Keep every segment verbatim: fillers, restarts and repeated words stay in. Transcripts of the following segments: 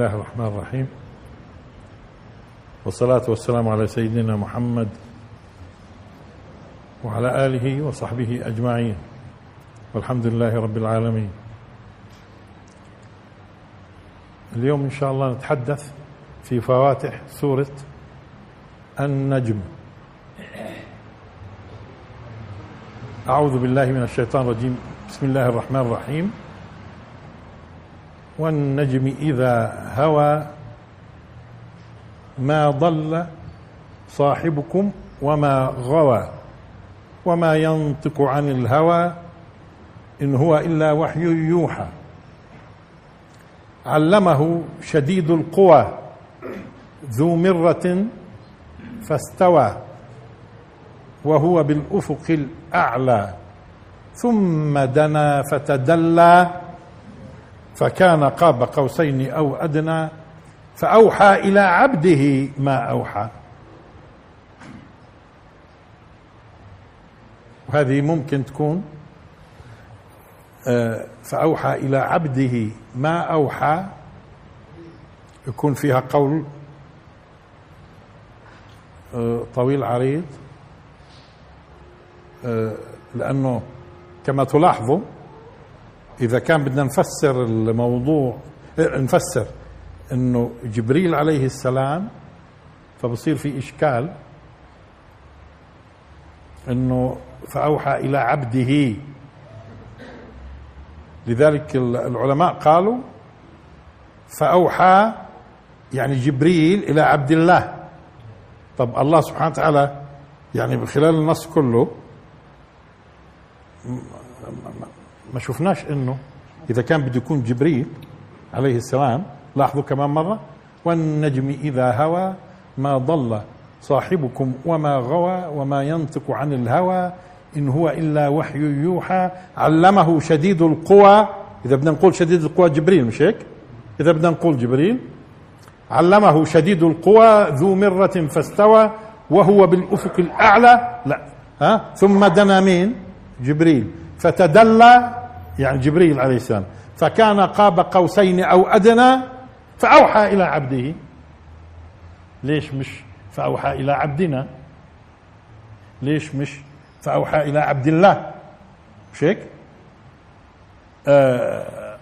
الله الرحمن الرحيم، والصلاة والسلام على سيدنا محمد وعلى آله وصحبه أجمعين، والحمد لله رب العالمين. اليوم إن شاء الله نتحدث في فواتح سورة النجم. أعوذ بالله من الشيطان الرجيم. بسم الله الرحمن الرحيم. والنجم إذا هوى ما ضل صاحبكم وما غوى وما ينطق عن الهوى إن هو إلا وحي يوحى علمه شديد القوى ذو مرة فاستوى وهو بالأفق الأعلى ثم دنا فتدلى فكان قاب قوسين أو أدنى فأوحى إلى عبده ما أوحى. وهذه ممكن تكون فأوحى إلى عبده ما أوحى، يكون فيها قول طويل عريض، لأنه كما تلاحظوا إذا كان بدنا نفسر الموضوع نفسر إنه جبريل عليه السلام، فبصير في إشكال إنه فأوحى إلى عبده. لذلك العلماء قالوا فأوحى يعني جبريل إلى عبد الله. طب الله سبحانه وتعالى يعني من خلال النص كله ما شفناش انه اذا كان بده يكون جبريل عليه السلام. لاحظوا كمان مرة، والنجم اذا هوى ما ضل صاحبكم وما غوى وما ينطق عن الهوى ان هو الا وحي يوحى علمه شديد القوى. اذا بدنا نقول شديد القوى جبريل، مش هيك؟ اذا بدنا نقول جبريل علمه شديد القوى ذو مرة فاستوى وهو بالافق الاعلى. لا ها ثم دنا مين؟ جبريل فتدلى يعني جبريل عليه السلام فكان قاب قوسين أو أدنى فأوحى إلى عبده. ليش مش فأوحى إلى عبدنا؟ ليش مش فأوحى إلى عبد الله؟ مش هيك؟ آه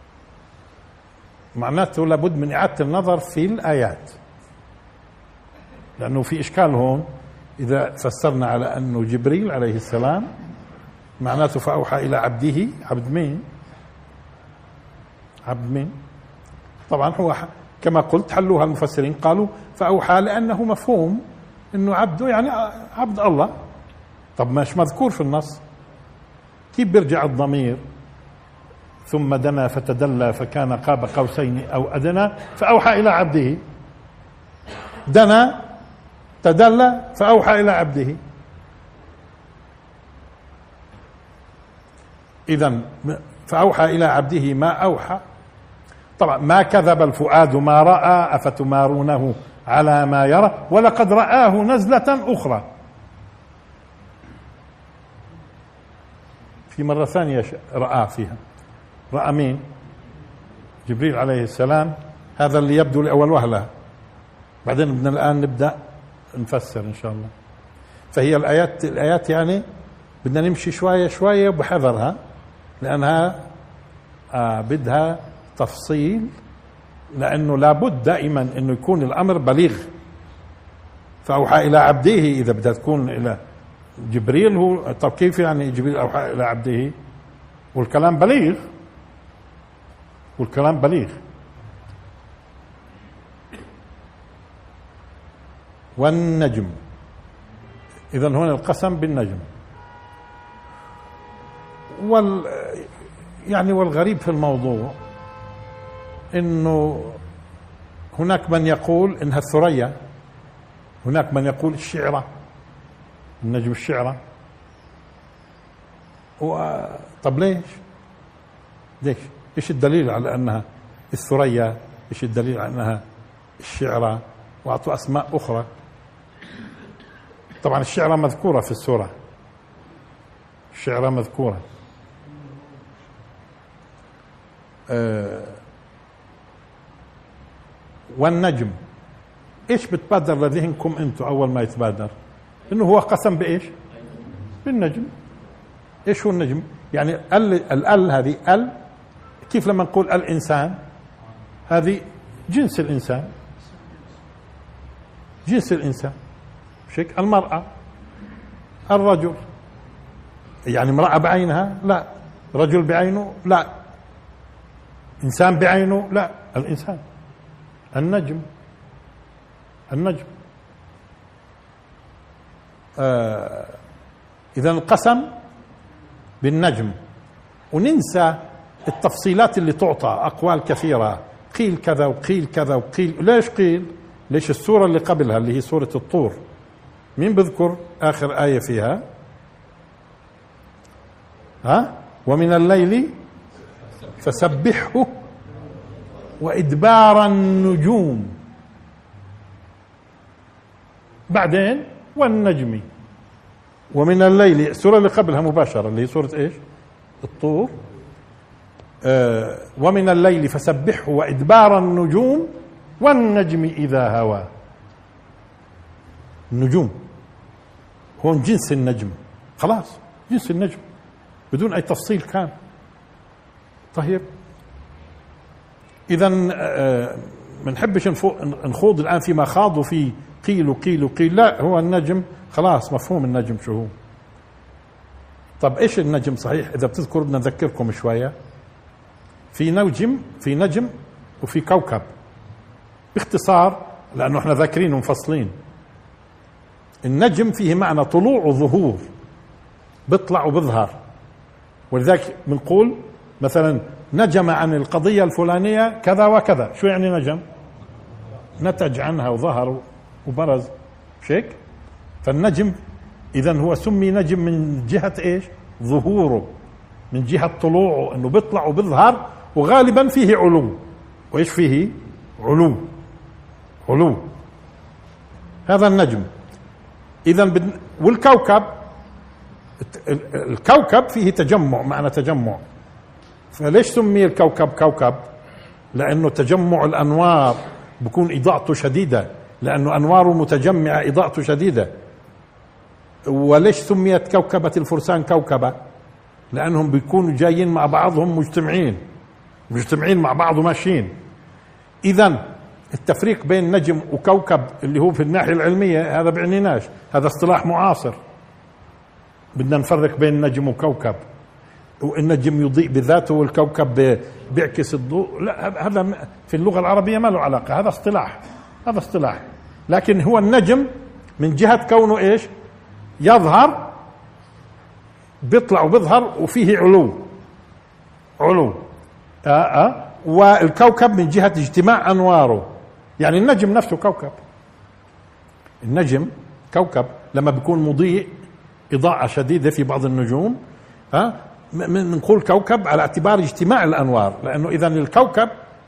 معناته لابد من إعادة النظر في الآيات، لأنه في إشكال هون. إذا فسرنا على أنه جبريل عليه السلام معناته فأوحى إلى عبده، عبد مين؟ عبد مين؟ طبعا هو كما قلت حلوها المفسرين، قالوا فأوحى لأنه مفهوم أنه عبده يعني عبد الله. طب مش مذكور في النص، كيف بيرجع الضمير ثم دنا فتدلى فكان قاب قوسين أو أدنى فأوحى إلى عبده؟ دنا تدلى فأوحى إلى عبده. إذن فأوحى إلى عبده ما أوحى. طبعا ما كذب الفؤاد ما رأى أفتمارونه على ما يرى ولقد رآه نزلة أخرى. في مرة ثانية رأى فيها. رأى مين؟ جبريل عليه السلام. هذا اللي يبدو لأول وهلة، بعدين بدنا الآن نبدأ نفسر إن شاء الله. فهي الآيات الآيات يعني بدنا نمشي شوية شوية بحذرها، لأنها آه بدها تفصيل، لأنه لابد دائما أنه يكون الأمر بليغ. فأوحى إلى عبده إذا بدها تكون إلى جبريل هو. طب كيف يعني جبريل أوحى إلى عبده والكلام بليغ؟ والكلام بليغ. والنجم، إذن هنا القسم بالنجم. وال يعني والغريب في الموضوع انه هناك من يقول انها الثريا، هناك من يقول الشعرة، النجم الشعرة. و... طب ليش؟ ليش؟ ايش الدليل على انها الثريا؟ ايش الدليل على انها الشعرة؟ واعطوا اسماء اخرى. طبعا الشعرة مذكورة في السورة، الشعرة مذكورة. والنجم، ايش بتبادر لذهنكم انتم اول ما يتبادر؟ انه هو قسم بايش؟ بالنجم. ايش هو النجم؟ يعني ال ال هذه ال كيف لما نقول الانسان هذه جنس الانسان، جنس الانسان شيك. المرأة، الرجل، يعني امرأة بعينها لا، رجل بعينه لا، انسان بعينه لا، الانسان. النجم، النجم آه اذا القسم بالنجم. وننسى التفصيلات اللي تعطى، اقوال كثيرة، قيل كذا وقيل كذا وقيل. ليش قيل؟ ليش السورة اللي قبلها اللي هي سورة الطور مين بذكر آخر آية فيها؟ ها؟ ومن الليل فسبحه وإدبار النجوم. بعدين والنجم. ومن الليل السورة اللي قبلها مباشرة اللي هي سورة ايش؟ الطور. آه ومن الليل فسبحه وإدبار النجوم والنجم إذا هوى. النجوم هون جنس النجم، خلاص جنس النجم بدون أي تفصيل كان. طيب إذا ما نحبش نخوض الآن فيما خاضوا فيه قيل وقيل وقيل، لا، هو النجم خلاص مفهوم النجم شو هو. طب إيش النجم صحيح؟ إذا بتذكروا بدنا نذكركم شوية. في نجم، في نجم وفي كوكب. باختصار لأنه احنا ذاكرين ومفصلين، النجم فيه معنى طلوع وظهور، بيطلع وبظهر. ولذلك بنقول مثلا نجم عن القضية الفلانية كذا وكذا. شو يعني نجم؟ نتج عنها وظهر وبرز، مش هيك؟ فالنجم إذن هو سمي نجم من جهة إيش؟ ظهوره، من جهة طلوعه، إنه بيطلع وبظهر، وغالبا فيه علو. وإيش فيه؟ علو، علو. هذا النجم. إذن بد... والكوكب، الكوكب فيه تجمع، معنى تجمع. فليش سمي الكوكب كوكب؟ لأنه تجمع الأنوار بكون إضاءته شديدة، لأنه أنواره متجمعة إضاءته شديدة. وليش سميت كوكبة الفرسان كوكبة؟ لأنهم بيكونوا جايين مع بعضهم مجتمعين، مجتمعين مع بعض وماشيين. إذن التفريق بين نجم وكوكب اللي هو في الناحية العلمية هذا بعنيناش، هذا اصطلاح معاصر. بدنا نفرق بين نجم وكوكب، والنجم يضيء بذاته والكوكب بيعكس الضوء. لا، هذا في اللغة العربية ما له علاقة، هذا اصطلاح، هذا اصطلاح. لكن هو النجم من جهة كونه ايش؟ يظهر، بيطلع وبيظهر وفيه علو، علو. آه آه. والكوكب من جهة اجتماع أنواره. يعني النجم نفسه كوكب، النجم كوكب لما بيكون مضيء إضاءة شديدة في بعض النجوم، ها، بنقول كوكب على اعتبار اجتماع الأنوار. لأنه إذا الكوكب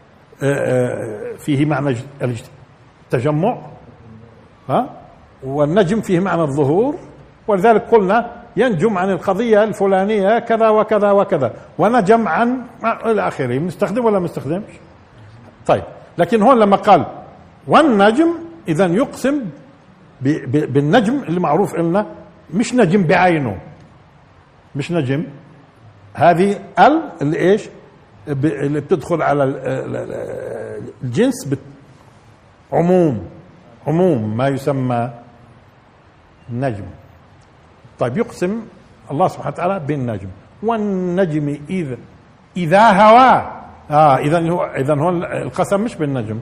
فيه معنى التجمع، ها، والنجم فيه معنى الظهور. ولذلك قلنا ينجم عن القضية الفلانية كذا وكذا وكذا، ونجم عن إلى آخره. مستخدم ولا مستخدمش؟ طيب، لكن هون لما قال والنجم، إذا يقسم بالنجم اللي معروف لنا، مش نجم بعينه، مش نجم. هذه ال اللي ايش؟ اللي بتدخل على الجنس عموم، عموم ما يسمى نجم. طيب، يقسم الله سبحانه وتعالى بالنجم. والنجم إذا إذا هوى. اه اذا هو اذا هو القسم مش بالنجم،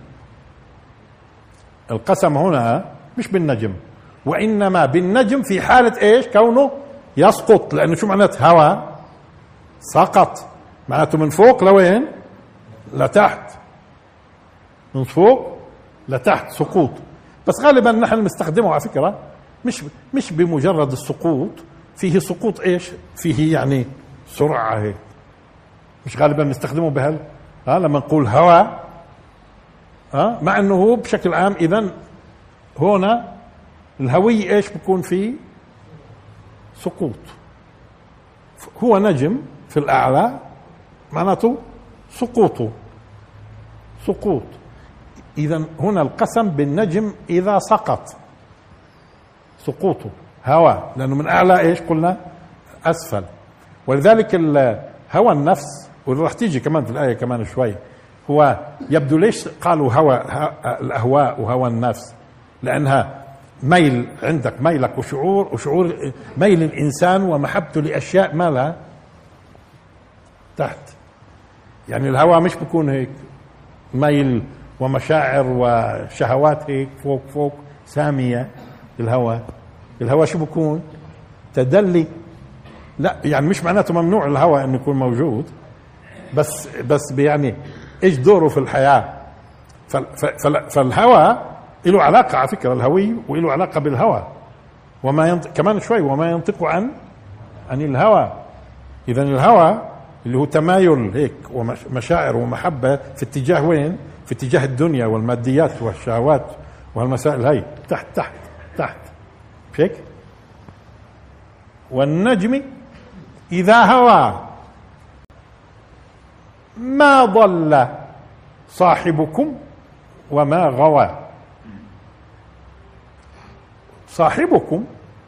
القسم هنا مش بالنجم، وإنما بالنجم في حالة ايش؟ كونه يسقط. لأنه شو معناته هوى؟ سقط، معناته من فوق لوين؟ لتحت، من فوق لتحت، سقوط. بس غالبا نحن نستخدمه على فكرة مش مش بمجرد السقوط، فيه سقوط ايش؟ فيه يعني سرعة هيك، مش غالبا نستخدمه بهال ها لما نقول هوى، ها، مع انه هو بشكل عام. اذا هنا الهوية ايش بكون فيه؟ سقوط. هو نجم في الأعلى، معناته سقوطه، سقوط. إذا هنا القسم بالنجم إذا سقط، سقوطه هواء، لأنه من أعلى إيش قلنا أسفل. ولذلك هوى النفس، واللي راح تيجي كمان في الآية كمان شوي، هو يبدو ليش قالوا هوى الأهواء وهوى النفس؟ لأنها ميل، عندك ميلك وشعور وشعور ميل الإنسان ومحبته لأشياء ما لها تحت. يعني الهوى مش بيكون هيك ميل ومشاعر وشهوات هيك فوق فوق سامية. الهوى الهوى شو بيكون؟ تدلي. لا يعني مش معناته ممنوع الهوى انه يكون موجود، بس بس يعني ايش دوره في الحياة. فالهوى له علاقة على فكرة، الهوي وله علاقة بالهوى. وما ينطق كمان شوي، وما ينطق عن عن الهوى. إذا الهوى اللي هو تمايل هيك ومشاعر ومحبة في اتجاه وين؟ في اتجاه الدنيا والماديات والشهوات والمسائل هاي تحت تحت تحت مش هيك؟ والنجم إذا هوى ما ضل صاحبكم وما غوى. صاحبكم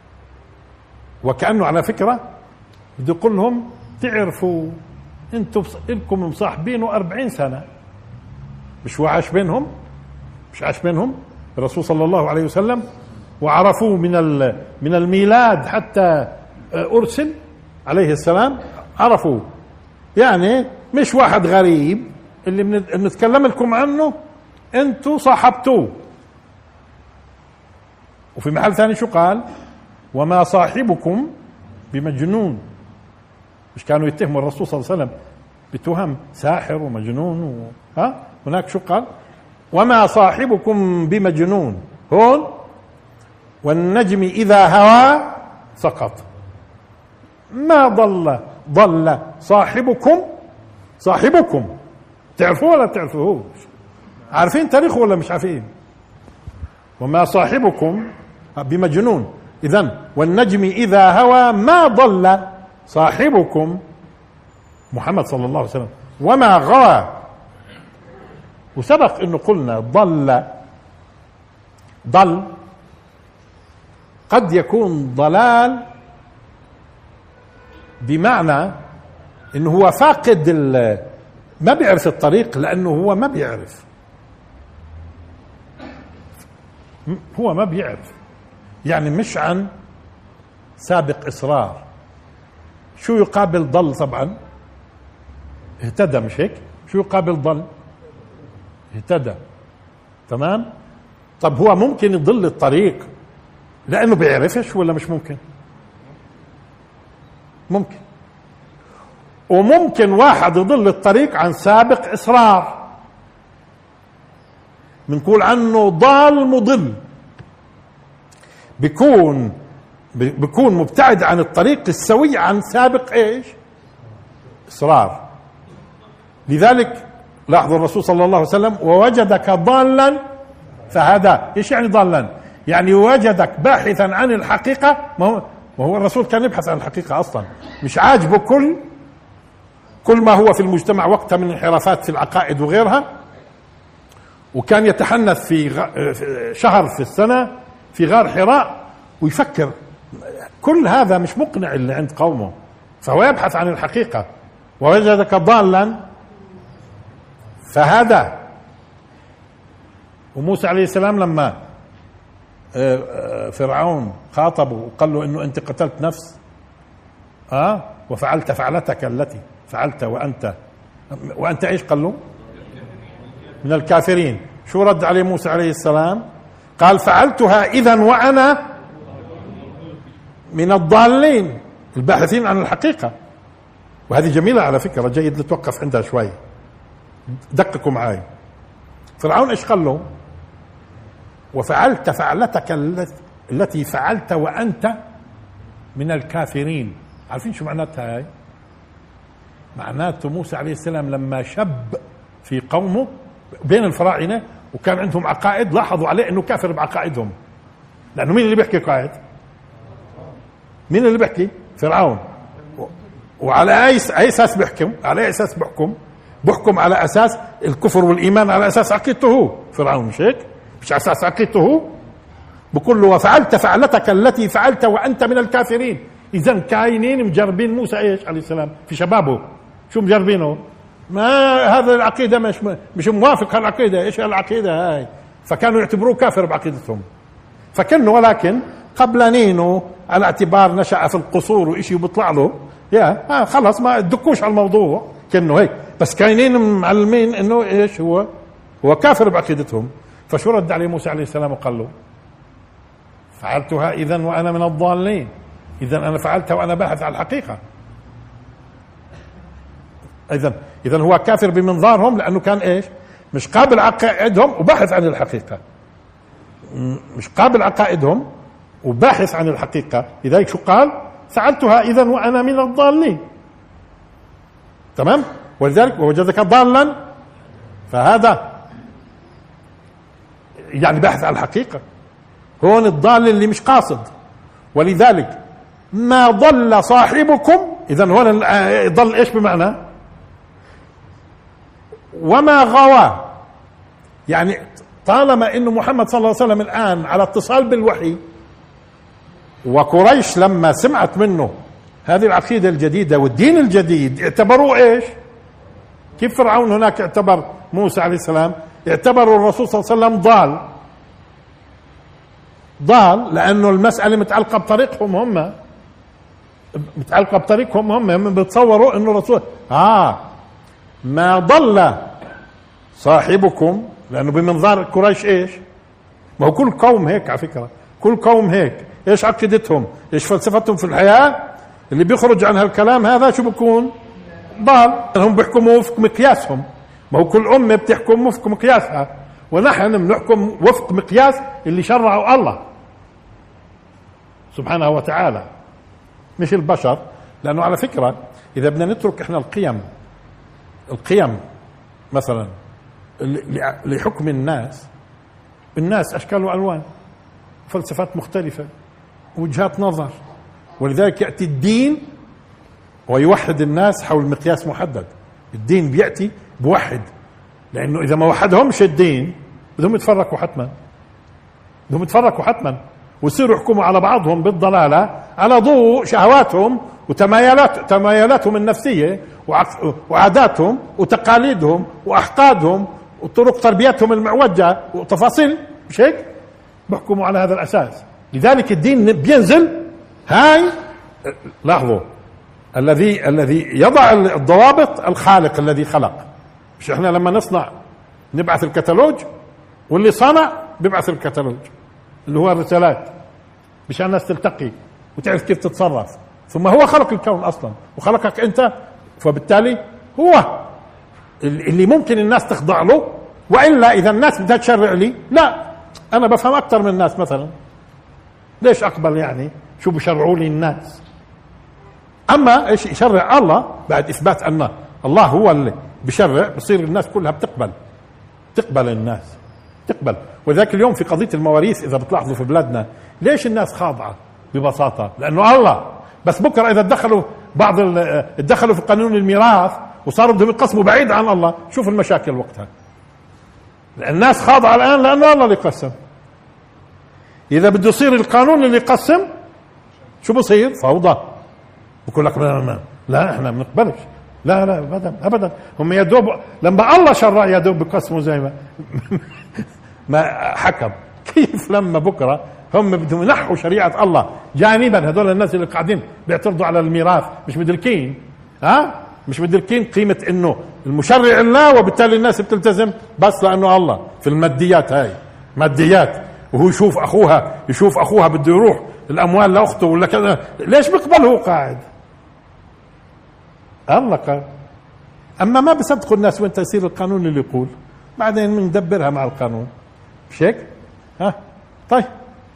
وكأنه على فكرة بده يقول لهم تعرفوا انتم لكم مصاحبينه أربعين سنة، مش هو عاش بينهم، مش عاش بينهم الرسول صلى الله عليه وسلم، وعرفوه من من الميلاد حتى أرسل عليه السلام، عرفوا. يعني مش واحد غريب اللي بنتكلم لكم عنه، انتوا صاحبتوه. وفي محل ثاني شو قال؟ وما صاحبكم بمجنون. مش كانوا يتهموا الرسول صلى الله عليه وسلم بتهم ساحر ومجنون و... ها هناك شو قال؟ وما صاحبكم بمجنون. هون والنجم إذا هوى سقط ما ضل ضل صاحبكم. صاحبكم تعرفوه ولا تعرفوه؟ عارفين تاريخه ولا مش عارفين؟ وما صاحبكم بمجنون. إذن والنجم إذا هوى ما ضل صاحبكم محمد صلى الله عليه وسلم وما غوى. وسبق انه قلنا ضل ضل قد يكون ضلال بمعنى انه هو فاقد ما بيعرف الطريق، لانه هو ما بيعرف، هو ما بيعرف. يعني مش عن سابق اصرار. شو يقابل ضل؟ طبعا اهتدى، مش هيك؟ شو يقابل ضل؟ اهتدى. تمام. طب هو ممكن يضل الطريق لانه بيعرفش ولا مش ممكن؟ ممكن. وممكن واحد يضل الطريق عن سابق اصرار، بنقول عنه ضال مضل، بيكون بيكون مبتعد عن الطريق السوي عن سابق ايش؟ اصرار. لذلك لاحظوا الرسول صلى الله عليه وسلم ووجدك ضالا فهدى. ايش يعني ضالا؟ يعني وجدك باحثا عن الحقيقة. ما هو وهو الرسول كان يبحث عن الحقيقة أصلا، مش عاجبه كل كل ما هو في المجتمع وقتها من انحرافات في العقائد وغيرها. وكان يتحنث في شهر في السنة في غار حراء ويفكر كل هذا مش مقنع اللي عند قومه، فهو يبحث عن الحقيقة. ووجدك ضالا فهدى. وموسى عليه السلام لما فرعون خاطبه وقال له انه انت قتلت نفس اه وفعلت فعلتك التي فعلت وانت وانت ايش؟ قال له من الكافرين. شو رد عليه موسى عليه السلام؟ قال فعلتها اذا وانا من الضالين، الباحثين عن الحقيقة. وهذه جميلة على فكرة، جيد نتوقف عندها شوي، دققوا معي. فرعون ايش قال له؟ وفعلت فعلتك التي فعلت وأنت من الكافرين. عارفين شو معناتها هاي؟ معناته موسى عليه السلام لما شب في قومه بين الفراعنة وكان عندهم عقائد، لاحظوا عليه انه كافر بعقائدهم. لانه مين اللي بيحكي قائد؟ مين اللي بيحكي؟ فرعون. وعلى اي اساس بيحكم؟ على اي اساس بيحكم؟ بحكم على اساس الكفر والايمان على اساس عقيدته هو فرعون، مش هيك؟ مش على اساس عقيدته هو. بقول له وفعلت فعلتك التي فعلت وانت من الكافرين. اذا كاينين مجربين موسى ايش عليه السلام في شبابه، شو مجربينه؟ ما هذا العقيده مش مش موافق على العقيده، ايش العقيده هاي؟ فكانوا يعتبروه كافر بعقيدتهم. فكنه ولكن قبلانينه على اعتبار نشأ في القصور وإشي وبيطلع له يا آه خلص ما تدكوش على الموضوع كأنه هيك، بس كاينين معلمين انه ايش هو هو كافر بعقيدتهم. فشو رد عليه موسى عليه السلام وقال له فعلتها اذا وانا من الضالين، اذا انا فعلتها وانا باحث عن الحقيقه. اذا اذا هو كافر بمنظارهم لانه كان ايش؟ مش قابل عقائدهم وباحث عن الحقيقه، مش قابل عقائدهم وباحث عن الحقيقه. لذلك شو قال؟ فعلتها اذا وانا من الضالين. تمام؟ ولذلك ووجدك ضالا فهذا يعني باحث عن الحقيقه. هون الضال اللي مش قاصد. ولذلك ما ضل صاحبكم، اذا هون ضل ايش بمعنى؟ وما غوى، يعني طالما انه محمد صلى الله عليه وسلم الان على اتصال بالوحي، وقريش لما سمعت منه هذه العقيده الجديده والدين الجديد اعتبروه ايش؟ كيف فرعون هناك اعتبر موسى عليه السلام؟ اعتبروا الرسول صلى الله عليه وسلم ضال. ضال لانه المساله متعلقه بطريقهم هم، متعلقه بطريقهم هم هم بيتصوروا انه الرسول اه ما ضل صاحبكم، لانه بمنظار قريش ايش؟ ما هو كل قوم هيك على فكره، كل قوم هيك. ايش عقيدتهم؟ ايش فلسفتهم في الحياه؟ اللي بيخرج عن هالكلام هذا شو بيكون؟ ضال. هم بيحكموا وفق مقياسهم. ما هو كل امه بتحكم وفق مقياسها، ونحن بنحكم وفق مقياس اللي شرعه الله سبحانه وتعالى مش البشر. لانه على فكره اذا بدنا نترك احنا القيم القيم مثلا لحكم الناس، الناس اشكال والوان، فلسفات مختلفه، وجهات نظر، ولذلك ياتي الدين ويوحد الناس حول مقياس محدد. الدين بياتي بوحد، لانه اذا ما وحدهمش الدين بدهم يتفرقوا حتما، بدهم يتفرقوا حتما ويصيروا يحكموا على بعضهم بالضلاله على ضوء شهواتهم وتمايلات تمايلاتهم النفسيه وعاداتهم وتقاليدهم واحقادهم وطرق تربيتهم المعوجه وتفاصيل، مش هيك؟ بيحكموا على هذا الاساس. لذلك الدين بينزل. هاي لاحظوا الذي الذي يضع الضوابط الخالق الذي خلق. مش احنا لما نصنع نبعث الكتالوج، واللي صنع بيبعث الكتالوج اللي هو الرسالات مشان الناس تلتقي وتعرف كيف تتصرف. ثم هو خلق الكون اصلا وخلقك انت، فبالتالي هو اللي ممكن الناس تخضع له. والا اذا الناس بدها تشرع لي، لا انا بفهم اكثر من الناس مثلا، ليش اقبل يعني شو بشرعوا لي الناس؟ اما ايش يشرع الله بعد اثبات ان الله هو اللي بشرع، بصير الناس كلها بتقبل تقبل الناس تقبل. وذاك اليوم في قضيه المواريث اذا بتلاحظوا في بلادنا ليش الناس خاضعه؟ ببساطه لانه الله. بس بكره اذا دخلوا بعض دخلوا في قانون الميراث وصاروا بدهم يقسموا بعيد عن الله، شوف المشاكل وقتها. الناس خاضعه الان لانه الله اللي قسم. اذا بده يصير القانون اللي يقسم شو بصير؟ فوضى. بقول لك لا, لا احنا ما بنقبلش، لا لا ابدا ابدا. هم يا دوب لما الله شرع يا دوب بقسموا زي ما ما حكم. كيف لما بكره هم بدهم ينحوا شريعه الله جانبا؟ هذول الناس اللي قاعدين بيعترضوا على الميراث مش مدركين، ها مش مدركين قيمه انه المشرع الله، وبالتالي الناس بتلتزم بس لانه الله. في الماديات هاي ماديات، وهو يشوف اخوها يشوف اخوها بده يروح الاموال لاخته ولا كذا، ليش بيقبل هو قاعد؟ الله قال. اما ما بصدقوا الناس وانت يصير القانون اللي يقول، بعدين بندبرها مع القانون، مش هيك؟ ها طيب.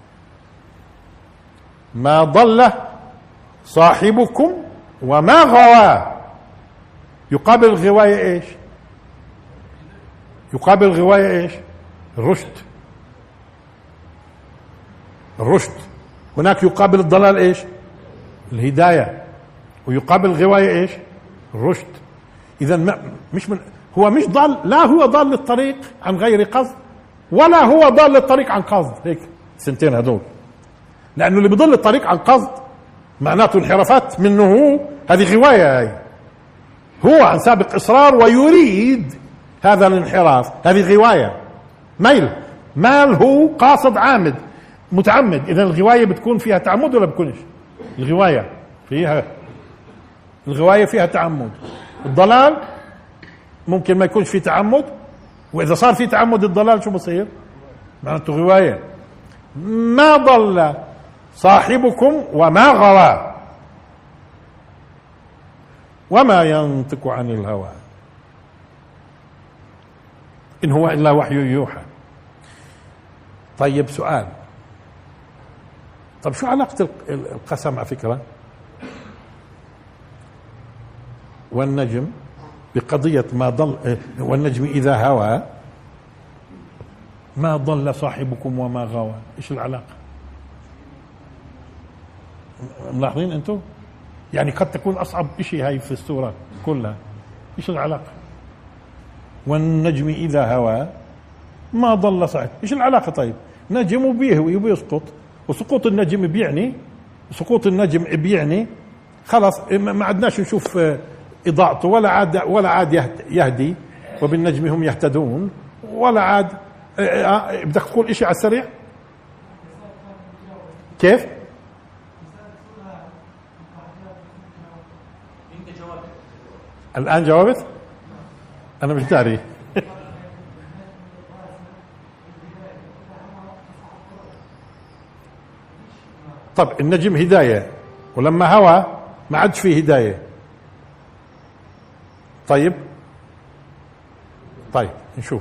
ما ضل صاحبكم وما غوى. يقابل الغوايه ايش؟ يقابل الغوايه ايش؟ الرشد. الرشد. هناك يقابل الضلال ايش؟ الهدايه. ويقابل الغوايه ايش؟ الرشد. اذا ما مش من هو مش ضال، لا هو ضال للطريق عن غير قصد ولا هو ضال للطريق عن قصد. هيك سنتين هذول، لأنه اللي بيضل الطريق عن قصد معناته انحرافات منه هو، هذه غواية، هاي هو عن سابق إصرار ويريد هذا الانحراف، هذه غواية ميل، مال هو قاصد عامد متعمد. إذا الغواية بتكون فيها تعمد ولا بكونش؟ الغواية فيها الغواية فيها تعمد. الضلال ممكن ما يكونش فيه تعمد، وإذا صار فيه تعمد الضلال شو بصير؟ معناته غواية. ما ضل صاحبكم وما غوى وما ينطق عن الهوى إن هو إلا وحي يوحى. طيب سؤال، طب شو علاقة القسم على فكرة والنجم بقضية ما ضل، والنجم إذا هوى ما ضل صاحبكم وما غوى؟ إيش العلاقة؟ ملاحظين أنتم؟ يعني قد تكون أصعب إشي هاي في السورة كلها. إيش العلاقة؟ والنجم إذا هوى ما ضل صاحب، إيش العلاقة؟ طيب نجم وبيهوي وبيسقط، وسقوط النجم بيعني سقوط النجم بيعني خلاص ما عدناش نشوف إضاءته، ولا عاد ولا عاد يهدي، وبالنجم هم يهتدون، ولا عاد. بدك تقول إشي على السريع؟ كيف؟ الآن جاوبت؟ أنا مش داري. طب النجم هداية، ولما هوى ما عادش فيه هداية. طيب طيب نشوف.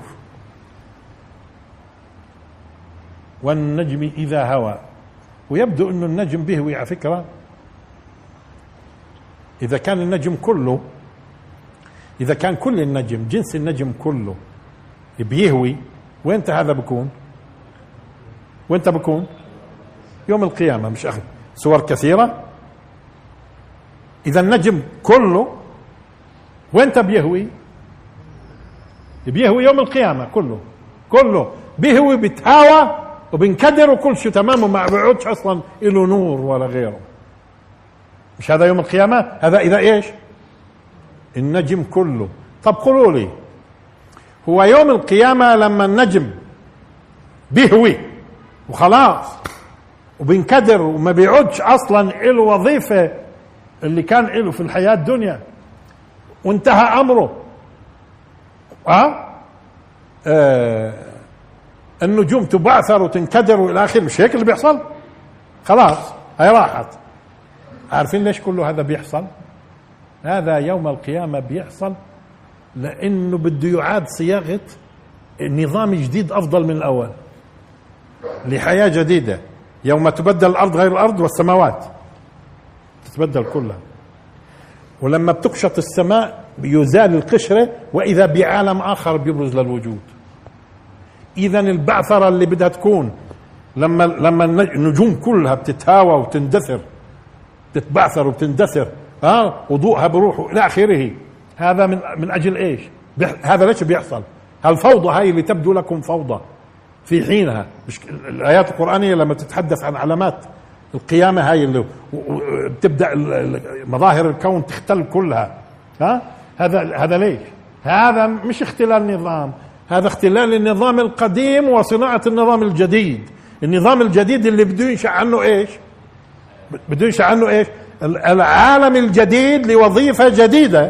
والنجم إذا هوى، ويبدو أنه النجم بيهوي على فكرة. إذا كان النجم كله، إذا كان كل النجم جنس النجم كله بيهوي، وينت هذا بكون؟ وينت بكون؟ يوم القيامة، مش أخذ صور كثيرة. إذا النجم كله وينت بيهوي؟ بيهوي يوم القيامة، كله كله بيهوي، بتهاوى وبنكدر وكل شيء تمام، وما بيعودش أصلا له نور ولا غيره. مش هذا يوم القيامة؟ هذا إذا إيش؟ النجم كله. طب قولوا لي، هو يوم القيامة لما النجم بيهوي وخلاص وبينكدر وما بيعودش أصلا له وظيفة اللي كان له في الحياة الدنيا وانتهى أمره، أه؟ آه النجوم تبعثر وتنكدر والى اخره، مش هيك اللي بيحصل؟ خلاص هي راحت. عارفين ليش كله هذا بيحصل؟ هذا يوم القيامة بيحصل لانه بده يعاد صياغة نظام جديد افضل من الاول، لحياة جديدة، يوم تبدل الارض غير الارض والسماوات تتبدل كلها. ولما بتقشط السماء بيزال القشرة واذا بعالم اخر بيبرز للوجود. إذا البعثرة اللي بدها تكون لما لما النجوم كلها بتتهاوى وتندثر، تتبعثر وبتندثر، اه وضوءها بروح إلى آخره، هذا من من أجل إيش؟ هذا ليش بيحصل؟ هالفوضى هاي اللي تبدو لكم فوضى في حينها، مش الآيات القرآنية لما تتحدث عن علامات القيامة هاي اللي بتبدأ مظاهر الكون تختل كلها، ها هذا هذا ليش؟ هذا مش اختلال نظام، هذا اختلال النظام القديم وصناعة النظام الجديد. النظام الجديد اللي بده ينشأ عنه ايش؟ بده ينشأ عنه ايش؟ العالم الجديد لوظيفة جديدة،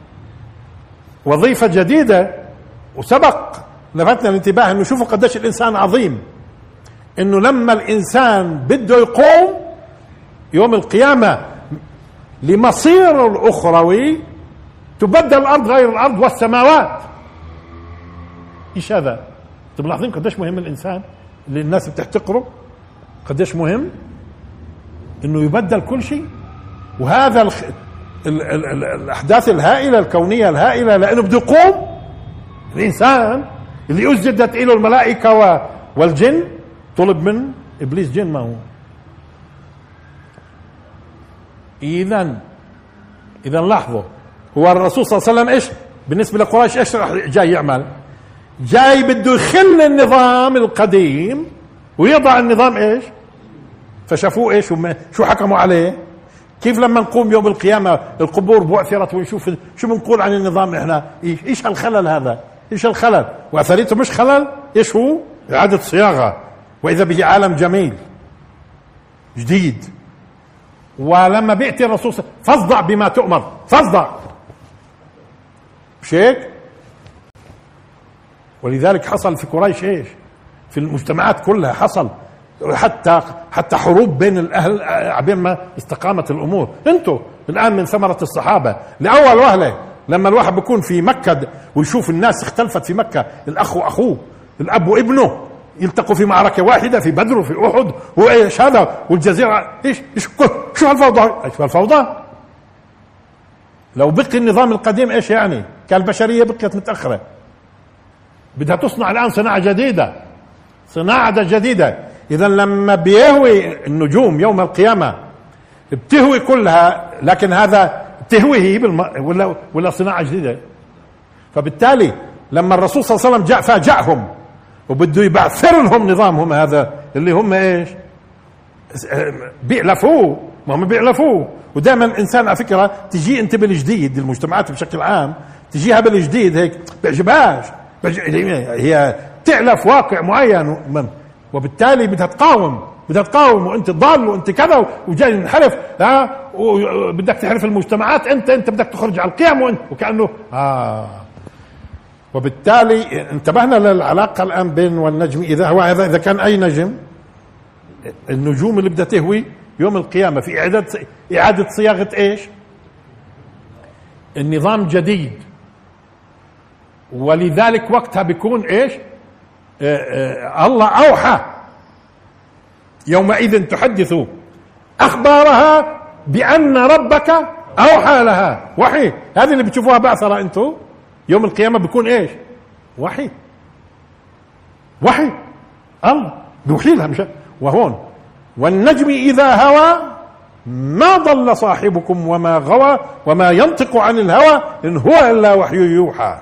وظيفة جديدة. وسبق لفتنا الانتباه انه شوفوا قديش الانسان عظيم، انه لما الانسان بده يقوم يوم القيامة لمصيره الاخروي تبدل الارض غير الارض والسماوات. ايش هذا؟ انتم ملاحظين قديش مهم الانسان اللي الناس بتحتقره؟ قديش مهم انه يبدل كل شيء. وهذا الخ... ال... ال... ال... الاحداث الهائله الكونيه الهائله، لانه بده يقوم الانسان اللي اسجدت له الملائكه و... والجن. طلب من ابليس جن، ما هو. اذا اذا لاحظوا، هو الرسول صلى الله عليه وسلم ايش بالنسبة لقريش ايش راح جاي يعمل؟ جاي بده يخل النظام القديم ويضع النظام ايش؟ فشافوه ايش شو حكموا عليه؟ كيف لما نقوم يوم القيامة القبور بعثرت ونشوف شو بنقول عن النظام احنا؟ ايش ايش هالخلل هذا؟ ايش الخلل؟ واثريته مش خلل، ايش هو؟ اعادة صياغة، واذا به عالم جميل جديد. ولما بيأتي الرسول فاصدع بما تؤمر، فاصدع، مش هيك؟ ولذلك حصل في قريش ايش؟ في المجتمعات كلها حصل حتى حتى حروب بين الاهل عبين ما استقامت الامور. انتوا الان من ثمرة الصحابة لاول وهلة لما الواحد بيكون في مكة ويشوف الناس اختلفت في مكة، الاخ واخوه، الاب وابنه يلتقوا في معركة واحدة في بدر وفي احد وايش هذا والجزيرة، ايش ايش شو هالفوضى؟ ايش هالفوضى؟ لو بقي النظام القديم ايش يعني؟ كان البشرية بقيت متأخرة، بدها تصنع الان صناعة جديدة، صناعة جديدة. اذا لما بيهوي النجوم يوم القيامة بتهوي كلها، لكن هذا تهوي هي بالم... ولا ولا صناعة جديدة. فبالتالي لما الرسول صلى الله عليه وسلم جاء فاجأهم وبده يبعثر لهم نظامهم هذا اللي هم ايش؟ بيألفوه، ما هم بيألفوه. ودائما الانسان على فكرة تجي انت بالجديد، المجتمعات بشكل عام تجيها بالجديد هيك بيعجبهاش، هي تألف واقع معين، وبالتالي بدها تقاوم، بدها تقاوم وانت ضال وانت كذا وجاي نحرف، ها وبدك تحرف المجتمعات، انت انت بدك تخرج على القيم وانت وكأنه اه. وبالتالي انتبهنا للعلاقة الان بين والنجم اذا هو، هذا اذا كان اي نجم، النجوم اللي بدها تهوي يوم القيامة في اعادة اعادة صياغة ايش؟ النظام جديد. ولذلك وقتها بيكون ايش؟ آه آه الله اوحى يومئذ تحدث اخبارها بان ربك اوحى لها، وحي. هذه اللي بتشوفوها بعثرة انتم يوم القيامة بيكون ايش؟ وحي، وحي الله بيوحي لها. مش وهون والنجم اذا هوى ما ضل صاحبكم وما غوى وما ينطق عن الهوى ان هو الا وحي يوحى.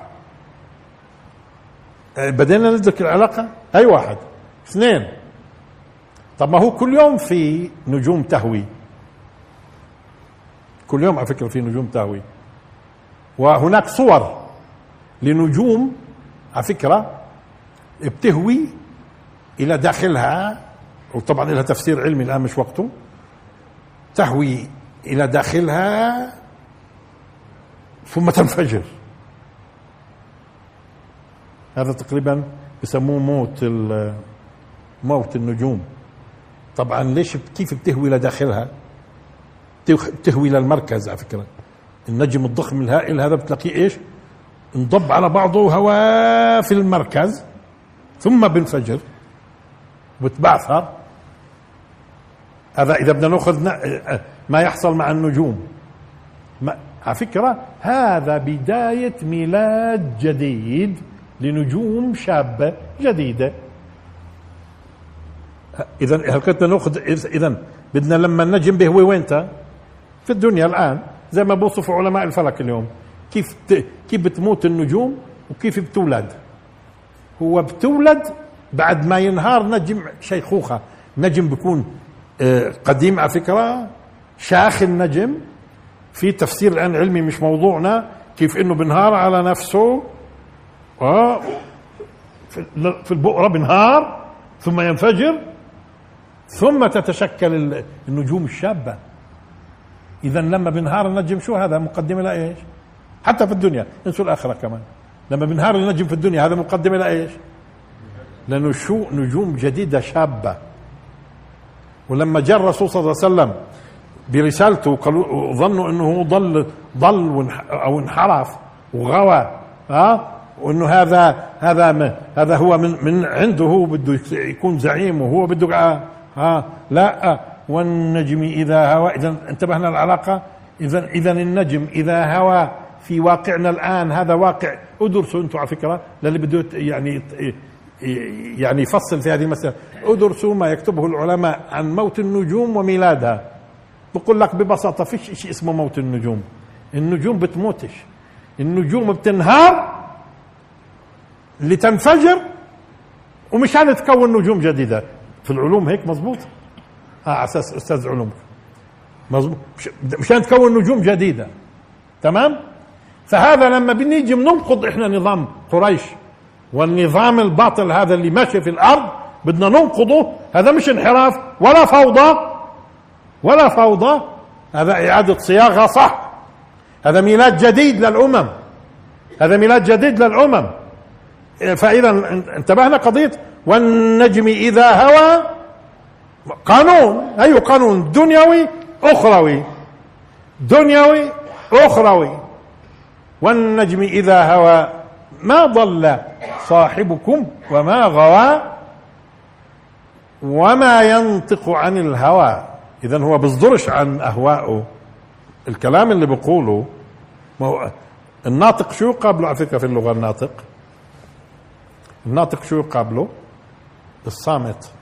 بدينا ندرك العلاقة. اي واحد اثنين. طب ما هو كل يوم في نجوم تهوي، كل يوم على فكرة في نجوم تهوي، وهناك صور لنجوم على فكرة بتهوي الى داخلها، وطبعا لها تفسير علمي الان مش وقته، تهوي الى داخلها ثم تنفجر. هذا تقريبا بسموه موت موت النجوم. طبعا ليش كيف بتهوي لداخلها؟ بتهوي للمركز. على فكرة النجم الضخم الهائل هذا بتلاقيه ايش؟ انضب على بعضه هواء في المركز ثم بنفجر وتبعثر. هذا اذا بدنا ناخذ ما يحصل مع النجوم. على فكرة هذا بداية ميلاد جديد لنجوم شابة جديدة. اذا هل كنت ناخذ، اذا بدنا لما النجم بيهوي وينتا في الدنيا الان، زي ما بوصفوا علماء الفلك اليوم، كيف كيف بتموت النجوم وكيف بتولد. هو بتولد بعد ما ينهار نجم شيخوخة. نجم بيكون قديم على فكرة، شاخ النجم في تفسير الان علمي مش موضوعنا، كيف انه بنهار على نفسه اه في البؤرة بنهار ثم ينفجر ثم تتشكل النجوم الشابة. اذا لما بنهار النجم شو هذا؟ مقدمة لايش؟ حتى في الدنيا انسوا الاخرة كمان، لما بنهار النجم في الدنيا هذا مقدمة لايش؟ لانه شو نجوم جديدة شابة. ولما جاء الرسول صلى الله عليه وسلم برسالته ظنوا انه ضل ضل او انحرف وغوى، ها وانه هذا هذا هذا هو من من عنده، هو بده يكون زعيم وهو بده ها آه لا. والنجم اذا هوى، اذا انتبهنا العلاقه. اذا اذا النجم اذا هوى في واقعنا الان، هذا واقع ادرسوا انتم على فكره للي بده يعني يعني يفصل في هذه المساله، ادرسوا ما يكتبه العلماء عن موت النجوم وميلادها. بقول لك ببساطه فيش شيء اسمه موت النجوم. النجوم بتموتش، النجوم بتنهار لتنفجر ومشان تكون نجوم جديدة. في العلوم هيك مظبوط؟ اه على اساس استاذ علوم مظبوط، مشان تكون نجوم جديدة. تمام. فهذا لما بنيجي بننقض احنا نظام قريش والنظام الباطل هذا اللي ماشي في الارض بدنا ننقضه، هذا مش انحراف ولا فوضى ولا فوضى، هذا اعادة صياغة صح، هذا ميلاد جديد للامم، هذا ميلاد جديد للامم. فاذا انتبهنا قضية والنجم اذا هوى، قانون، اي قانون دنيوي اخروي، دنيوي اخروي. والنجم اذا هوى ما ضل صاحبكم وما غوى وما ينطق عن الهوى. اذا هو بيصدرش عن اهوائه، الكلام اللي بيقوله. ما هو الناطق شو يقابله على فكرة في اللغة؟ الناطق الناطق شو يقابله؟ الصامت.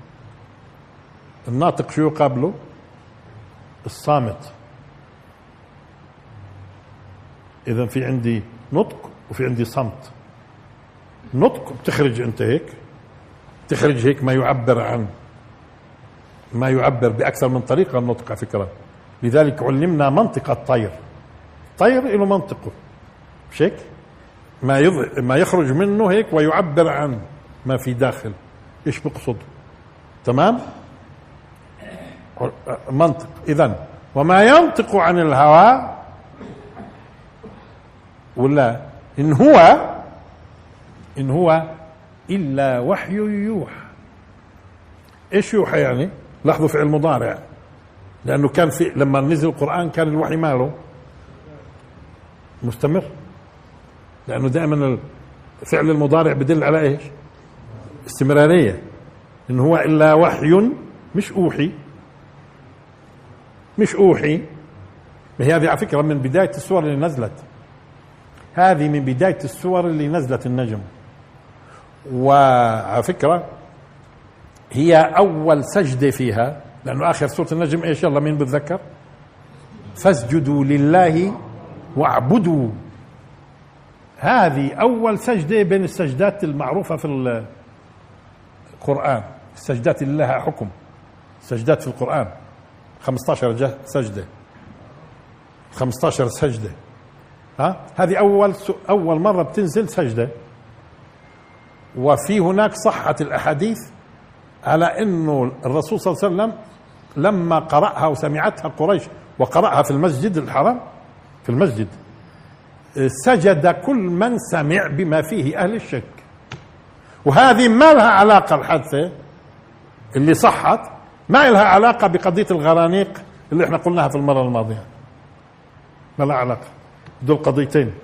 الناطق شو يقابله؟ الصامت. إذا في عندي نطق وفي عندي صمت. نطق بتخرج أنت هيك، تخرج هيك ما يعبر عن ما يعبر بأكثر من طريقة. النطق على فكرة لذلك علمنا منطق الطير. الطير له منطقه، مش هيك؟ ما يض... ما يخرج منه هيك ويعبر عن ما في داخل ايش بقصد. تمام. منطق. إذن وما ينطق عن الهوى، ولا إن هو إن هو إلا وحي يوحى. إيش يوحى يعني؟ لاحظوا فعل مضارع، لأنه كان في لما نزل القرآن كان الوحي ماله مستمر، لأنه دائما الفعل المضارع بدل على إيش؟ استمرارية. إن هو إلا وحي، مش أوحي، مش أوحي. ما هي هذه على فكرة من بداية السور اللي نزلت، هذه من بداية السور اللي نزلت النجم. وعلى فكرة هي أول سجدة فيها، لأنه آخر سورة النجم إيش؟ يلا مين بتذكر؟ فاسجدوا لله واعبدوا. هذه أول سجدة بين السجدات المعروفة في القرآن، السجدات اللي لها حكم، سجدات في القرآن خمسة عشر سجدة، خمسة عشر سجدة. ها هذه أول أول مرة بتنزل سجدة. وفي هناك صحة الأحاديث على إنه الرسول صلى الله عليه وسلم لما قرأها وسمعتها قريش وقرأها في المسجد الحرام، في المسجد سجد كل من سمع بما فيه أهل الشك. وهذه ما لها علاقة، الحادثة اللي صحت ما لها علاقة بقضية الغرانيق اللي احنا قلناها في المرة الماضية، ما لها علاقة. دول قضيتين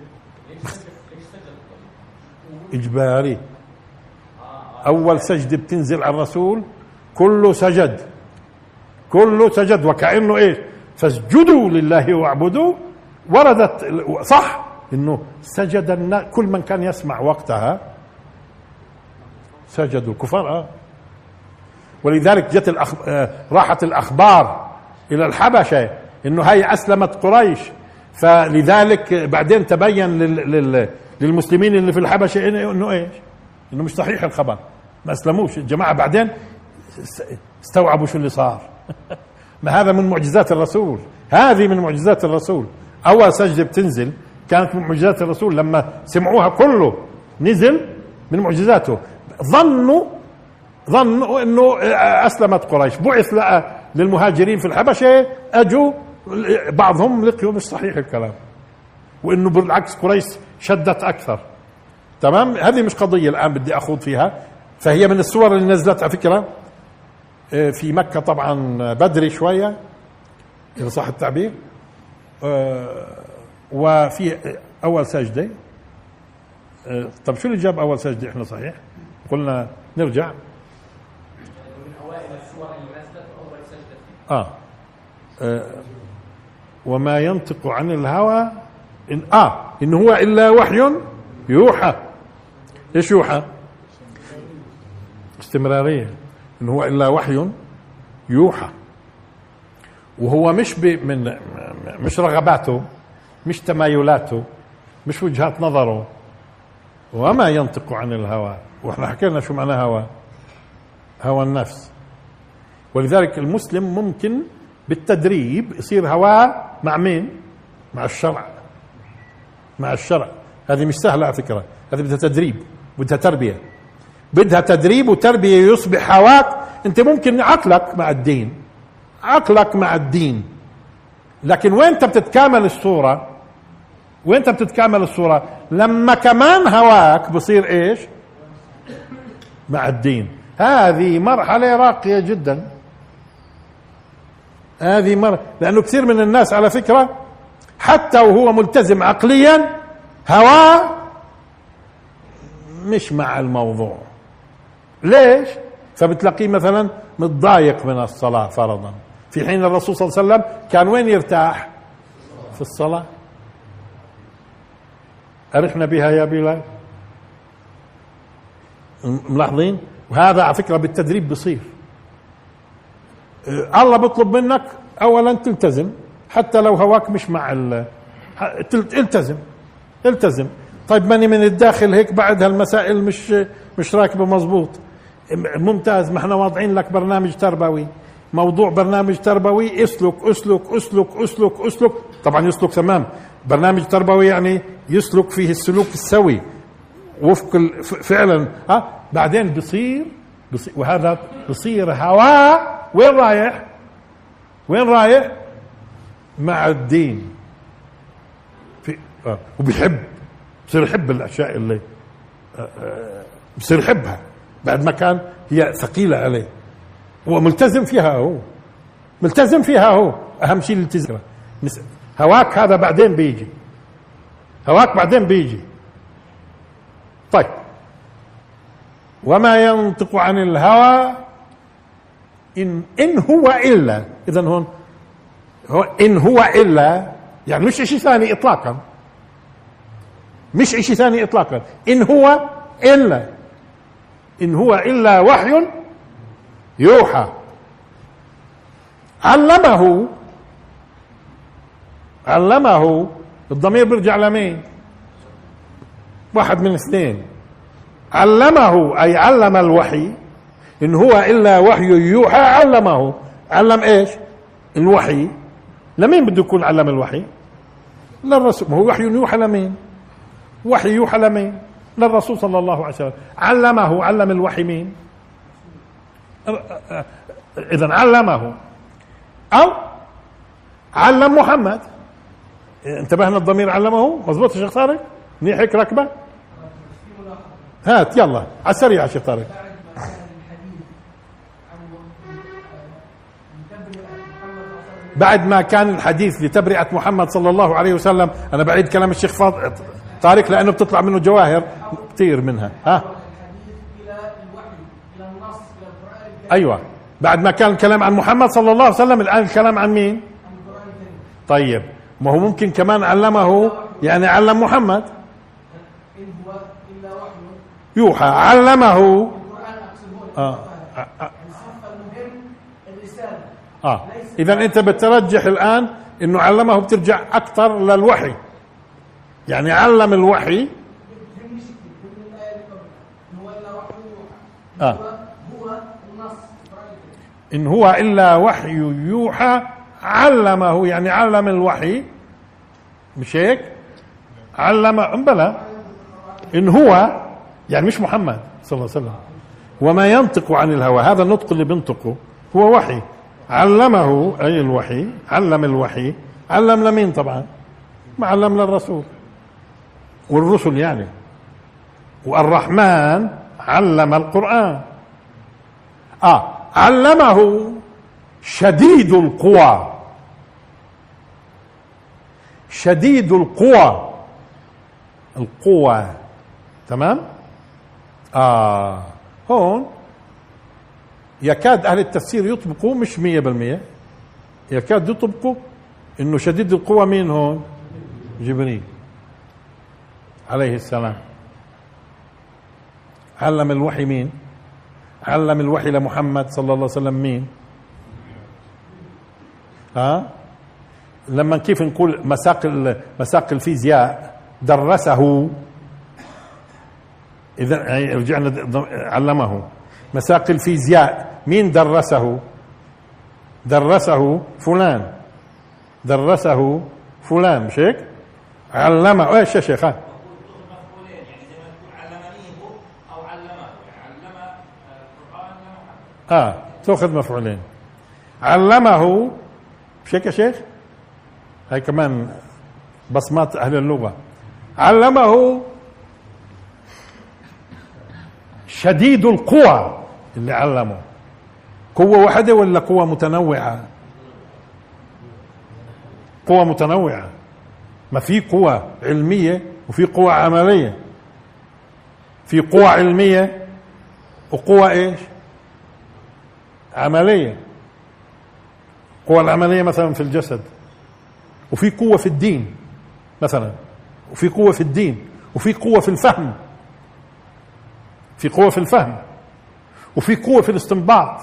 إجباري. أول سجدة بتنزل على الرسول كله سجد، كله سجد، وكأنه إيش؟ فاسجدوا لله واعبدوا. وردت صح إنه سجد الناس، كل من كان يسمع وقتها سجدوا الكفار. آه. ولذلك جت الأخ... آه راحت الأخبار إلى الحبشة إنه هاي أسلمت قريش، فلذلك بعدين تبين لل... لل... للمسلمين اللي في الحبشة إنه إيش؟ إنه مش صحيح الخبر، ما أسلموش الجماعة. بعدين استوعبوا شو اللي صار. ما هذا من معجزات الرسول، هذه من معجزات الرسول. أول سجدة بتنزل كانت من معجزات الرسول، لما سمعوها كله نزل من معجزاته. ظنوا ظنوا إنه أسلمت قريش، بعث للمهاجرين في الحبشة، أجوا بعضهم لقيوا مش صحيح الكلام، وإنه بالعكس قريش شدت أكثر. تمام. هذه مش قضية الآن بدي أخوض فيها. فهي من السور اللي نزلت على فكرة في مكة طبعا بدري شوية إذا صح التعبير. وفي أول سجدة. طب شو اللي جاب أول سجدة؟ إحنا صحيح قلنا نرجع من أوائل السور اللي نزلت أول سجدة. آه. آه وما ينطق عن الهوى إن آه إن هو إلا وحي يوحى. إيش يوحى؟ استمرارية. إن هو إلا وحي يوحى. وهو مش من مش رغباته، مش تمايلاته، مش وجهات نظره. وما ينطق عن الهوى، واحنا حكينا شو معنى هوى، هوى النفس. ولذلك المسلم ممكن بالتدريب يصير هواه مع مين؟ مع الشرع، مع الشرع. هذه مش سهلة على فكرة، هذه بدها تدريب، بدها تربية، بدها تدريب وتربية. يصبح هواك انت ممكن عقلك مع الدين، عقلك مع الدين، لكن وين انت بتتكامل الصورة؟ وين انت بتتكامل الصورة؟ لما كمان هواك بصير ايش؟ مع الدين. هذه مرحلة راقية جدا، هذه مرة، لأنه كثير من الناس على فكرة حتى وهو ملتزم عقليا هواه مش مع الموضوع. ليش؟ فبتلاقيه مثلا متضايق من الصلاة فرضا، في حين الرسول صلى الله عليه وسلم كان وين يرتاح؟ في الصلاة. أرحنا بها يا بلال. ملاحظين؟ وهذا على فكرة بالتدريب بصير. الله بيطلب منك أولا تلتزم، حتى لو هواك مش مع ال التزم التزم. طيب ماني من الداخل هيك بعد هالمسائل مش مش راكبه مزبوط، ممتاز، ما احنا واضعين لك برنامج تربوي، موضوع برنامج تربوي، اسلك اسلك اسلك اسلك اسلك. طبعا يسلك تمام، برنامج تربوي يعني يسلك فيه السلوك السوي وفق فعلا. ها بعدين بصير, بصير وهذا بصير هواه وين رايح؟ وين رايح؟ مع الدين. في آه. وبيحب، بصير يحب الاشياء اللي آه آه بصير يحبها بعد ما كان هي ثقيلة عليه. هو ملتزم فيها، هو ملتزم فيها، هو اهم شيء الالتزام. هواك هذا بعدين بيجي، هواك بعدين بيجي. طيب وما ينطق عن الهوى إن, إن هو إلا، إذن هون هو إن هو إلا يعني مش إشي ثاني إطلاقا، مش إشي ثاني إطلاقا. إن هو إلا، إن هو إلا وحي يوحى علمه. علمه الضمير بيرجع لمين؟ واحد من اثنين. علمه أي علم الوحي. إن هو إلا وحي يوحى علمه. علم إيش؟ الوحي. لمين بده يكون علم الوحي؟ للرسول. ما هو وحي يوحى لمين؟ وحي يوحى لمين؟ للرسول صلى الله عليه وسلم. علمه، علم الوحي مين؟ إذن علمه أو علم محمد. انتبهنا الضمير علمه مضبوط يا شيخ طارق؟ منيح هيك ركبه؟ هات يلا على السريع يا شيخ طارق. بعد ما كان الحديث لتبرئة محمد صلى الله عليه وسلم، أنا بعيد كلام الشيخ فاضل طارق لأنه بتطلع منه جواهر كثير منها. ها أيوة، بعد ما كان الكلام عن محمد صلى الله عليه وسلم الآن الكلام عن مين؟ طيب ما هو ممكن كمان علمه يعني علم محمد. يوحى علمه. آه. آه. آه. إذا أنت بترجح الآن إنه علمه بترجع أكثر للوحي، يعني علم الوحي. آه. إن هو إلا وحي يوحى علمه يعني علم الوحي، مش هيك؟ علم بلى. إن هو يعني مش محمد صلى الله عليه وسلم. وما ينطق عن الهوى، هذا النطق اللي بينطقه هو وحي. علمه أي الوحي، علم الوحي. علم لمين طبعا؟ ما علم للرسول والرسل يعني. والرحمن علم القرآن. آه علمه شديد القوى. شديد القوى، القوى تمام. آه هون يكاد أهل التفسير يطبقوا مش مية بالمية، يكاد يطبقوا إنه شديد القوى مين هون؟ جبريل عليه السلام. علم الوحي مين؟ علم الوحي لمحمد صلى الله عليه وسلم مين؟ ها؟ لما كيف نقول مساق مساق الفيزياء درسه. إذا رجعنا علمه. مساق الفيزياء مين درسه؟ درسه فلان، درسه فلان، مش هيك؟ علمه. ايش يا شيخ؟ اه تأخذ مفعولين. علمه، مش هيك يا شيخ؟ هاي كمان بصمات أهل اللغة. علمه شديد القوى، اللي علمه قوة واحدة ولا قوة متنوعة؟ قوة متنوعة. ما في قوة علمية وفي قوة عملية. في قوة علمية وقوة ايش؟ عملية. قوة العملية مثلا في الجسد، وفي قوة في الدين مثلا، وفي قوة في الدين، وفي قوة في الفهم، في قوة في الفهم، وفي قوة في الاستنباط.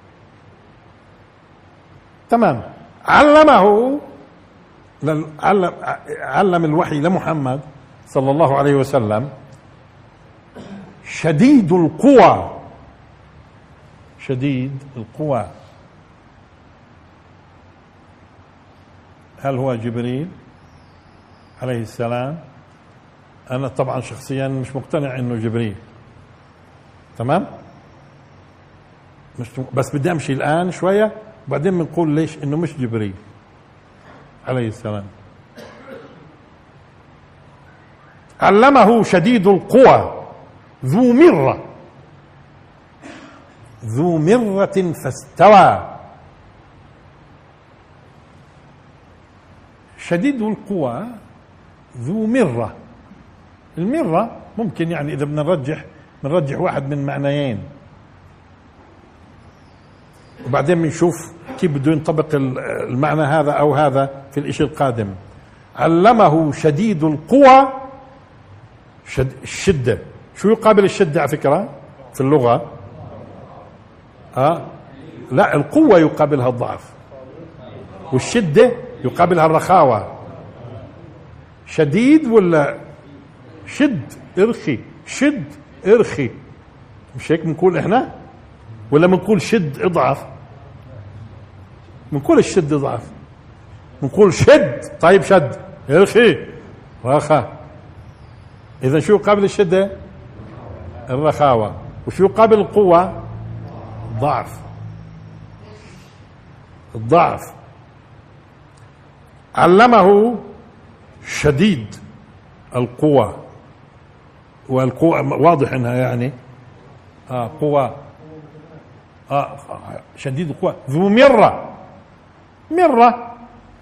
تمام. علمه، علم, علم الوحي لمحمد صلى الله عليه وسلم شديد القوى. شديد القوى هل هو جبريل عليه السلام؟ أنا طبعا شخصيا مش مقتنع إنه جبريل. تمام؟ مش بس بدي أمشي الآن شوية وبعدين بنقول ليش إنه مش جبريل عليه السلام. علمه شديد القوى ذو مرة، ذو مرة فاستوى. شديد القوى ذو مرة. المرة ممكن يعني إذا بدنا نرجح بنرجح واحد من معنيين، وبعدين بنشوف كيف بده ينطبق المعنى هذا أو هذا في الإشي القادم. علمه شديد القوى، شد الشدة. شو يقابل الشدة على فكرة في اللغة؟ آه لا، القوة يقابلها الضعف، والشدة يقابلها الرخاوة. شديد ولا شد ارخي، شد ارخي، مش هيك بنقول احنا؟ ولا بنقول شد اضعف؟ بنقول الشد اضعف، بنقول شد. طيب شد ارخي رخا. اذا شو يقابل الشدة؟ الرخاوة. وشو يقابل القوة؟ ضعف، الضعف. علمه شديد القوى، والقوة واضح انها يعني اه قوة، اه شديد القوى ذو مرة. مرة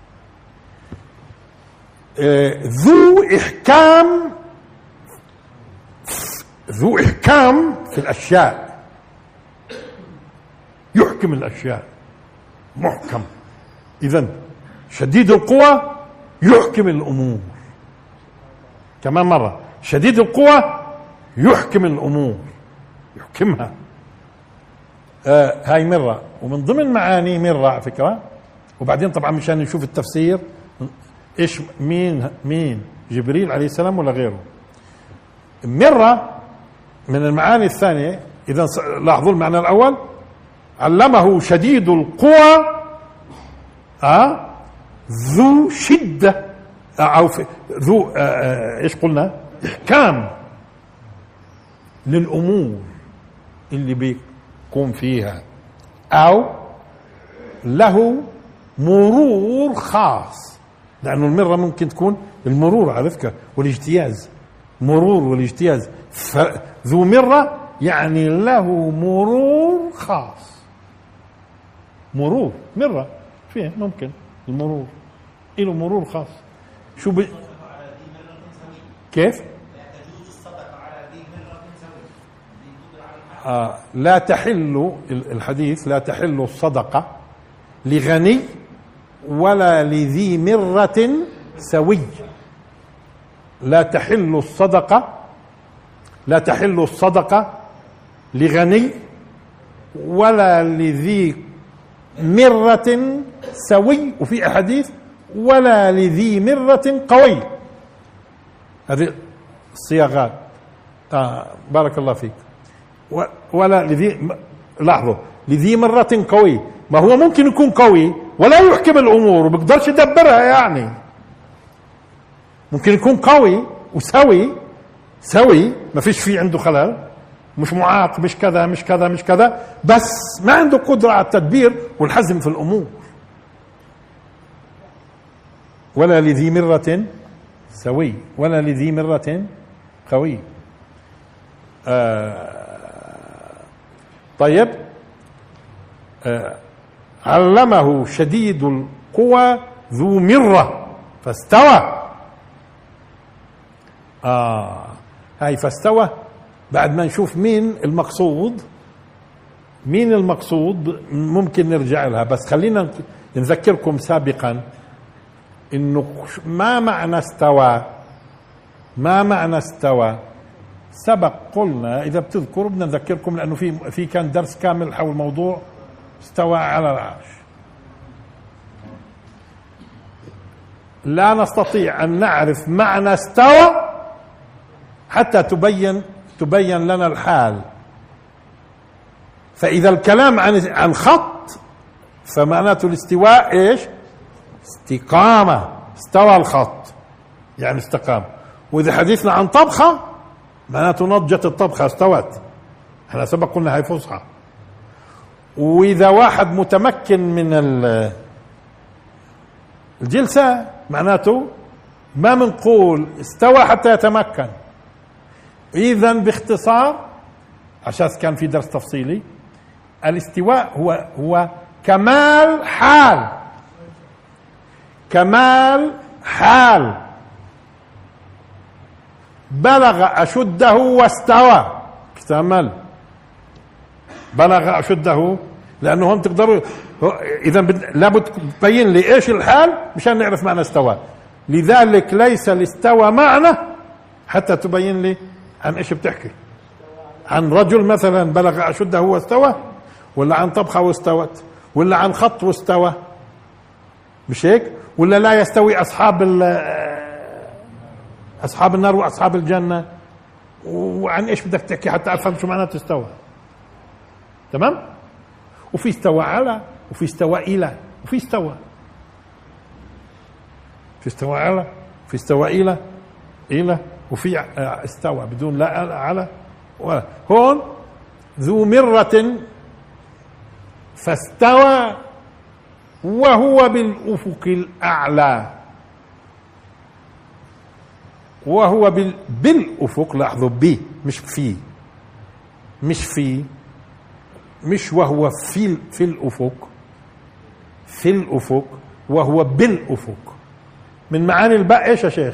آه ذو إحكام، ذو إحكام في الأشياء، يحكم الأشياء، محكم. إذن شديد القوى يحكم الأمور. كمان مرة، شديد القوى يحكم الأمور، يحكمها. آه هاي مرة. ومن ضمن معاني مرة على فكرة، وبعدين طبعا مشان نشوف التفسير ايش مين مين جبريل عليه السلام ولا غيره. مرة من المعاني الثانية. إذا لاحظوا المعنى الأول، علمه شديد القوى آه ذو شدة أو ذو آه آه ايش قلنا؟ إحكام للأمور اللي بيكون فيها، أو له مرور خاص. لأنه المرة ممكن تكون المرور على فكرة والاجتياز، مرور والاجتياز. ذو مرة يعني له مرور خاص. مرور مرة فيه ممكن المرور له مرور خاص. شو ب... كيف؟ آه لا تحل الحديث لا تحل الصدقة لغني ولا لذي مرة سوي. لا تحل الصدقة لا تحل الصدقة لغني ولا لذي مرة سوي. وفي أحاديث ولا لذي مرة قوي. هذه الصياغات. آه بارك الله فيك. ولا لذي، لاحظوا، لذي مرة قوي، ما هو ممكن يكون قوي ولا يحكم الأمور وبقدرش يدبرها، يعني ممكن يكون قوي وسوي سوي ما فيش فيه عنده خلل، مش معاق، مش كذا مش كذا مش كذا، بس ما عنده قدرة على التدبير والحزم في الأمور. ولا لذي مرة سوي ولا لذي مرة قوي. آه طيب. آه علمه شديد القوى ذو مرة فاستوى. آه هاي فاستوى بعد ما نشوف مين المقصود، مين المقصود ممكن نرجع لها، بس خلينا نذكركم سابقا انه ما معنى استوى، ما معنى استوى سبق قلنا، اذا بتذكروا بدنا نذكركم لانه في في كان درس كامل حول موضوع استوى على العرش. لا نستطيع ان نعرف معنى استوى حتى تبين تبين لنا الحال. فاذا الكلام عن عن خط فمعناته الاستواء ايش؟ استقامة، استوى الخط يعني استقام. واذا حديثنا عن طبخة معناته نضجت الطبخة استوت، احنا سبق قلنا هاي فصحى. واذا واحد متمكن من الجلسة معناته ما منقول استوى حتى يتمكن. اذا باختصار عشان كان في درس تفصيلي، الاستواء هو هو كمال حال، كمال حال، بلغ أشده واستوى، اكتمل، بلغ أشده، لأنه هم تقدروا إذا لابد تبين لي إيش الحال مشان نعرف معنى استوى. لذلك ليس الاستوى معنى حتى تبين لي عن إيش بتحكي، عن رجل مثلا بلغ أشده واستوى، ولا عن طبخة واستوت، ولا عن خط واستوى، مش هيك؟ ولا لا يستوي أصحاب أصحاب النار وأصحاب الجنة، وعن إيش بدك تحكي حتى أفهم شو معناته استوى. تمام؟ وفي استوى على، وفي استوى إلى، وفي استوى، في استوى على، في استوى إلى إلى، وفي استوى بدون لا على. هون ذو مرة فاستوى وهو بالأفق الأعلى، وهو بال... بالأفق، لاحظوا بي مش في، مش في، مش وهو في في الأفق، في الأفق، وهو بالأفق. من معاني الباء ايش يا شيخ؟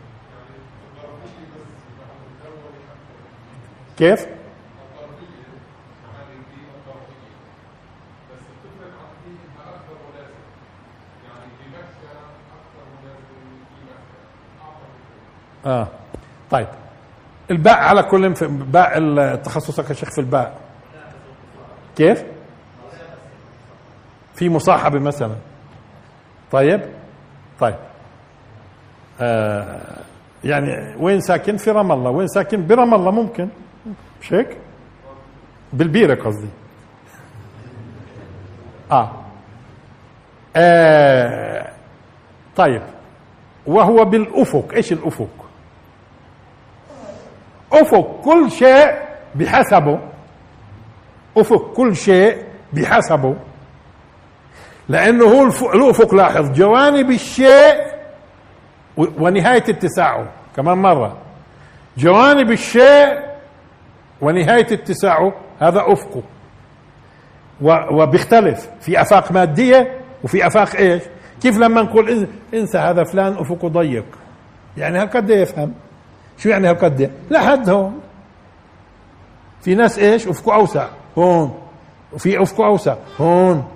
كيف؟ اه طيب. الباء على كل في باء التخصصك يا شيخ في الباء كيف؟ في مصاحبة مثلا. طيب طيب آه يعني وين ساكن؟ في رام الله. وين ساكن؟ برام الله. ممكن مش هيك؟ بالبيرة قصدي. آه. آه طيب. وهو بالأفق. ايش الأفق؟ أفق كل شيء بحسبه، أفق كل شيء بحسبه، لأنه هو الأفق لاحظ جوانب الشيء ونهاية اتساعه. كمان مرة جوانب الشيء ونهاية اتساعه هذا أفقه، وبيختلف في أفاق مادية وفي أفاق إيش. كيف لما نقول انسى هذا فلان أفقه ضيق، يعني هالقد يفهم شو يعني هالقد؟ لا حد هون. في ناس ايش افقه اوسع هون، وفي افقه اوسع هون.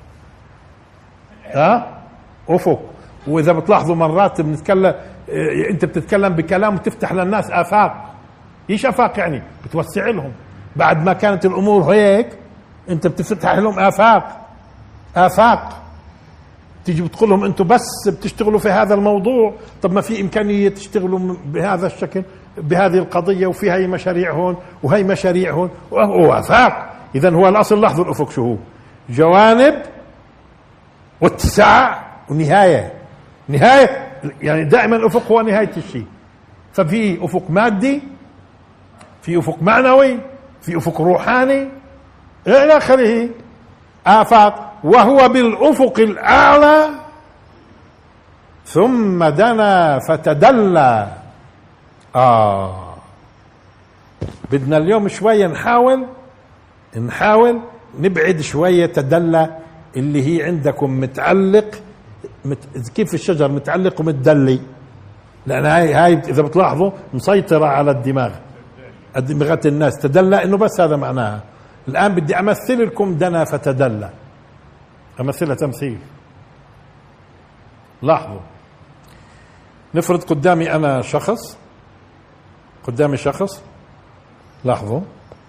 ها افق. واذا بتلاحظوا مرات بنتكلم، انت بتتكلم بكلام وتفتح للناس افاق. ايش افاق يعني؟ بتوسع لهم. بعد ما كانت الامور هيك انت بتفتح لهم افاق، افاق تيجي بتقول لهم انتم بس بتشتغلوا في هذا الموضوع، طب ما في امكانيه تشتغلوا بهذا الشكل بهذه القضيه، وفي هي مشاريع هون وهي مشاريع هون وافاق. اذا هو الاصل، لاحظوا الافق شو هو، جوانب واتساع ونهايه. نهايه يعني دائما الافق هو نهايه الشيء. ففي افق مادي، في افق معنوي، في افق روحاني الى اخره، آفاق. وهو بالافق الاعلى ثم دنا فتدلى. اه بدنا اليوم شويه نحاول نحاول نبعد شويه تدلى اللي هي عندكم متعلق مت... كيف الشجر متعلق ومتدلي، لان هاي هاي اذا بتلاحظوا مسيطره على الدماغ، دماغات الناس. تدلى انه بس هذا معناها. الان بدي امثل لكم دنا فتدلى، امثلها تمثيل. لاحظوا، نفرض قدامي انا شخص، قدامي شخص، لاحظوا،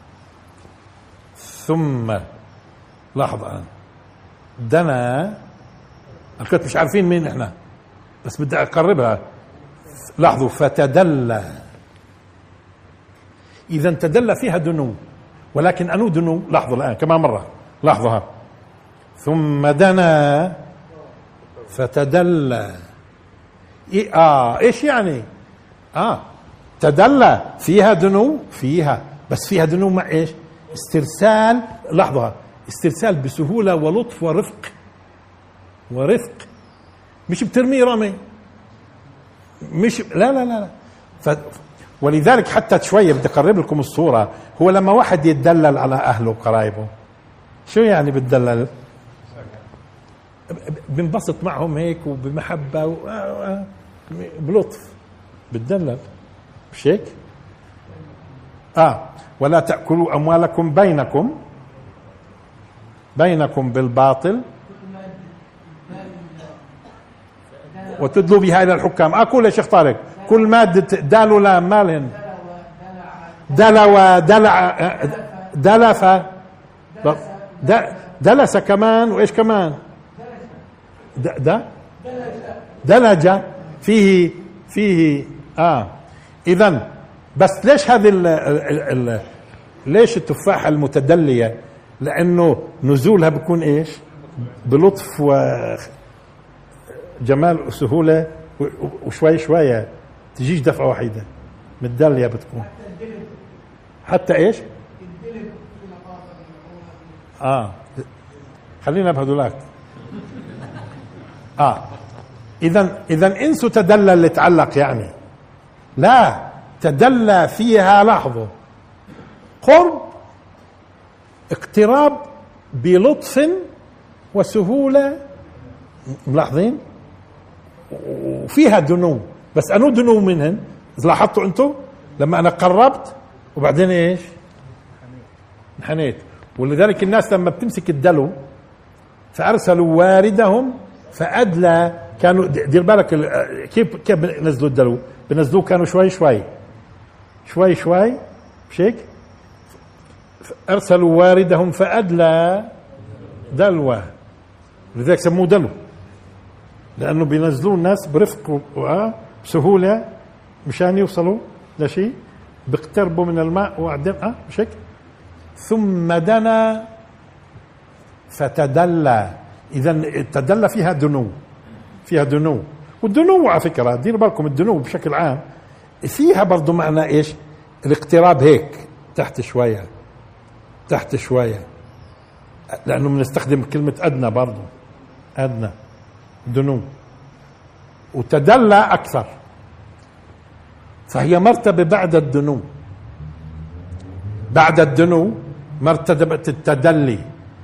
ثم لاحظ الان دنا، انا كنت مش عارفين مين احنا بس بدي اقربها. لاحظوا، فتدلى. اذا تدلى فيها دنو، ولكن انو دنو؟ لاحظوا الان كمان مره، لاحظوها، ثم دنا فتدلى. إيه اه ايش يعني؟ اه تدلى فيها دنو، فيها بس فيها دنو مع ايش؟ استرسال. لاحظوها، استرسال بسهوله ولطف ورفق ورفق، مش بترمي رمي، مش لا لا لا, لا. ف... ولذلك حتى شويه بدي اقرب لكم الصوره. هو لما واحد يتدلل على اهله وقرايبه، شو يعني بتدلل؟ بنبسط معهم هيك وبمحبه و... بلطف بتدلل، مش هيك؟ اه ولا تاكلوا اموالكم بينكم بينكم بالباطل وتدلوا بها الى الحكام. اقول يا شيخ طارق، كل ماده دال ولا مالهن؟ دلوا دلع دلف دلس كمان، وايش كمان؟ د دلج فيه فيه اه اذا بس ليش هذه ال ال ال ليش التفاحه المتدليه؟ لانه نزولها بيكون ايش؟ بلطف وجمال وسهوله، وشوي شويه تجيش دفعه واحده متدليه بتكون. حتى ايش؟ اه خلينا بهدولاك. اه اذا اذا انسوا تدلى اللي تعلق يعني، لا تدلى فيها. لاحظوا، قرب، اقتراب بلطف وسهولة، ملاحظين؟ وفيها دنو، بس انو دنو منهن؟ لاحظتوا انتم لما انا قربت وبعدين ايش؟ انحنيت. ولذلك الناس لما بتمسك الدلو فارسلوا واردهم فادلى، كانوا دير بالك كيف كيف بنزلوا الدلو؟ بنزلوه كانوا شوي شوي شوي شوي، مش هيك؟ ارسلوا واردهم فادلى دلوه، لذلك سموه دلو، لانه بينزلوا الناس برفق وبسهوله مشان يوصلوا لشيء، بيقتربوا من الماء وبعدين اه مش هيك؟ ثم دنا فتدلى. اذا التدلى فيها دنو، فيها دنو. والدنو على فكره ديروا بالكم، الدنو بشكل عام فيها برضو معنى ايش؟ الاقتراب هيك تحت شويه تحت شويه، لانه بنستخدم كلمه ادنى برضو، ادنى دنو. وتدلى اكثر، فهي مرتبه بعد الدنو. بعد الدنو مرتبه التدلي،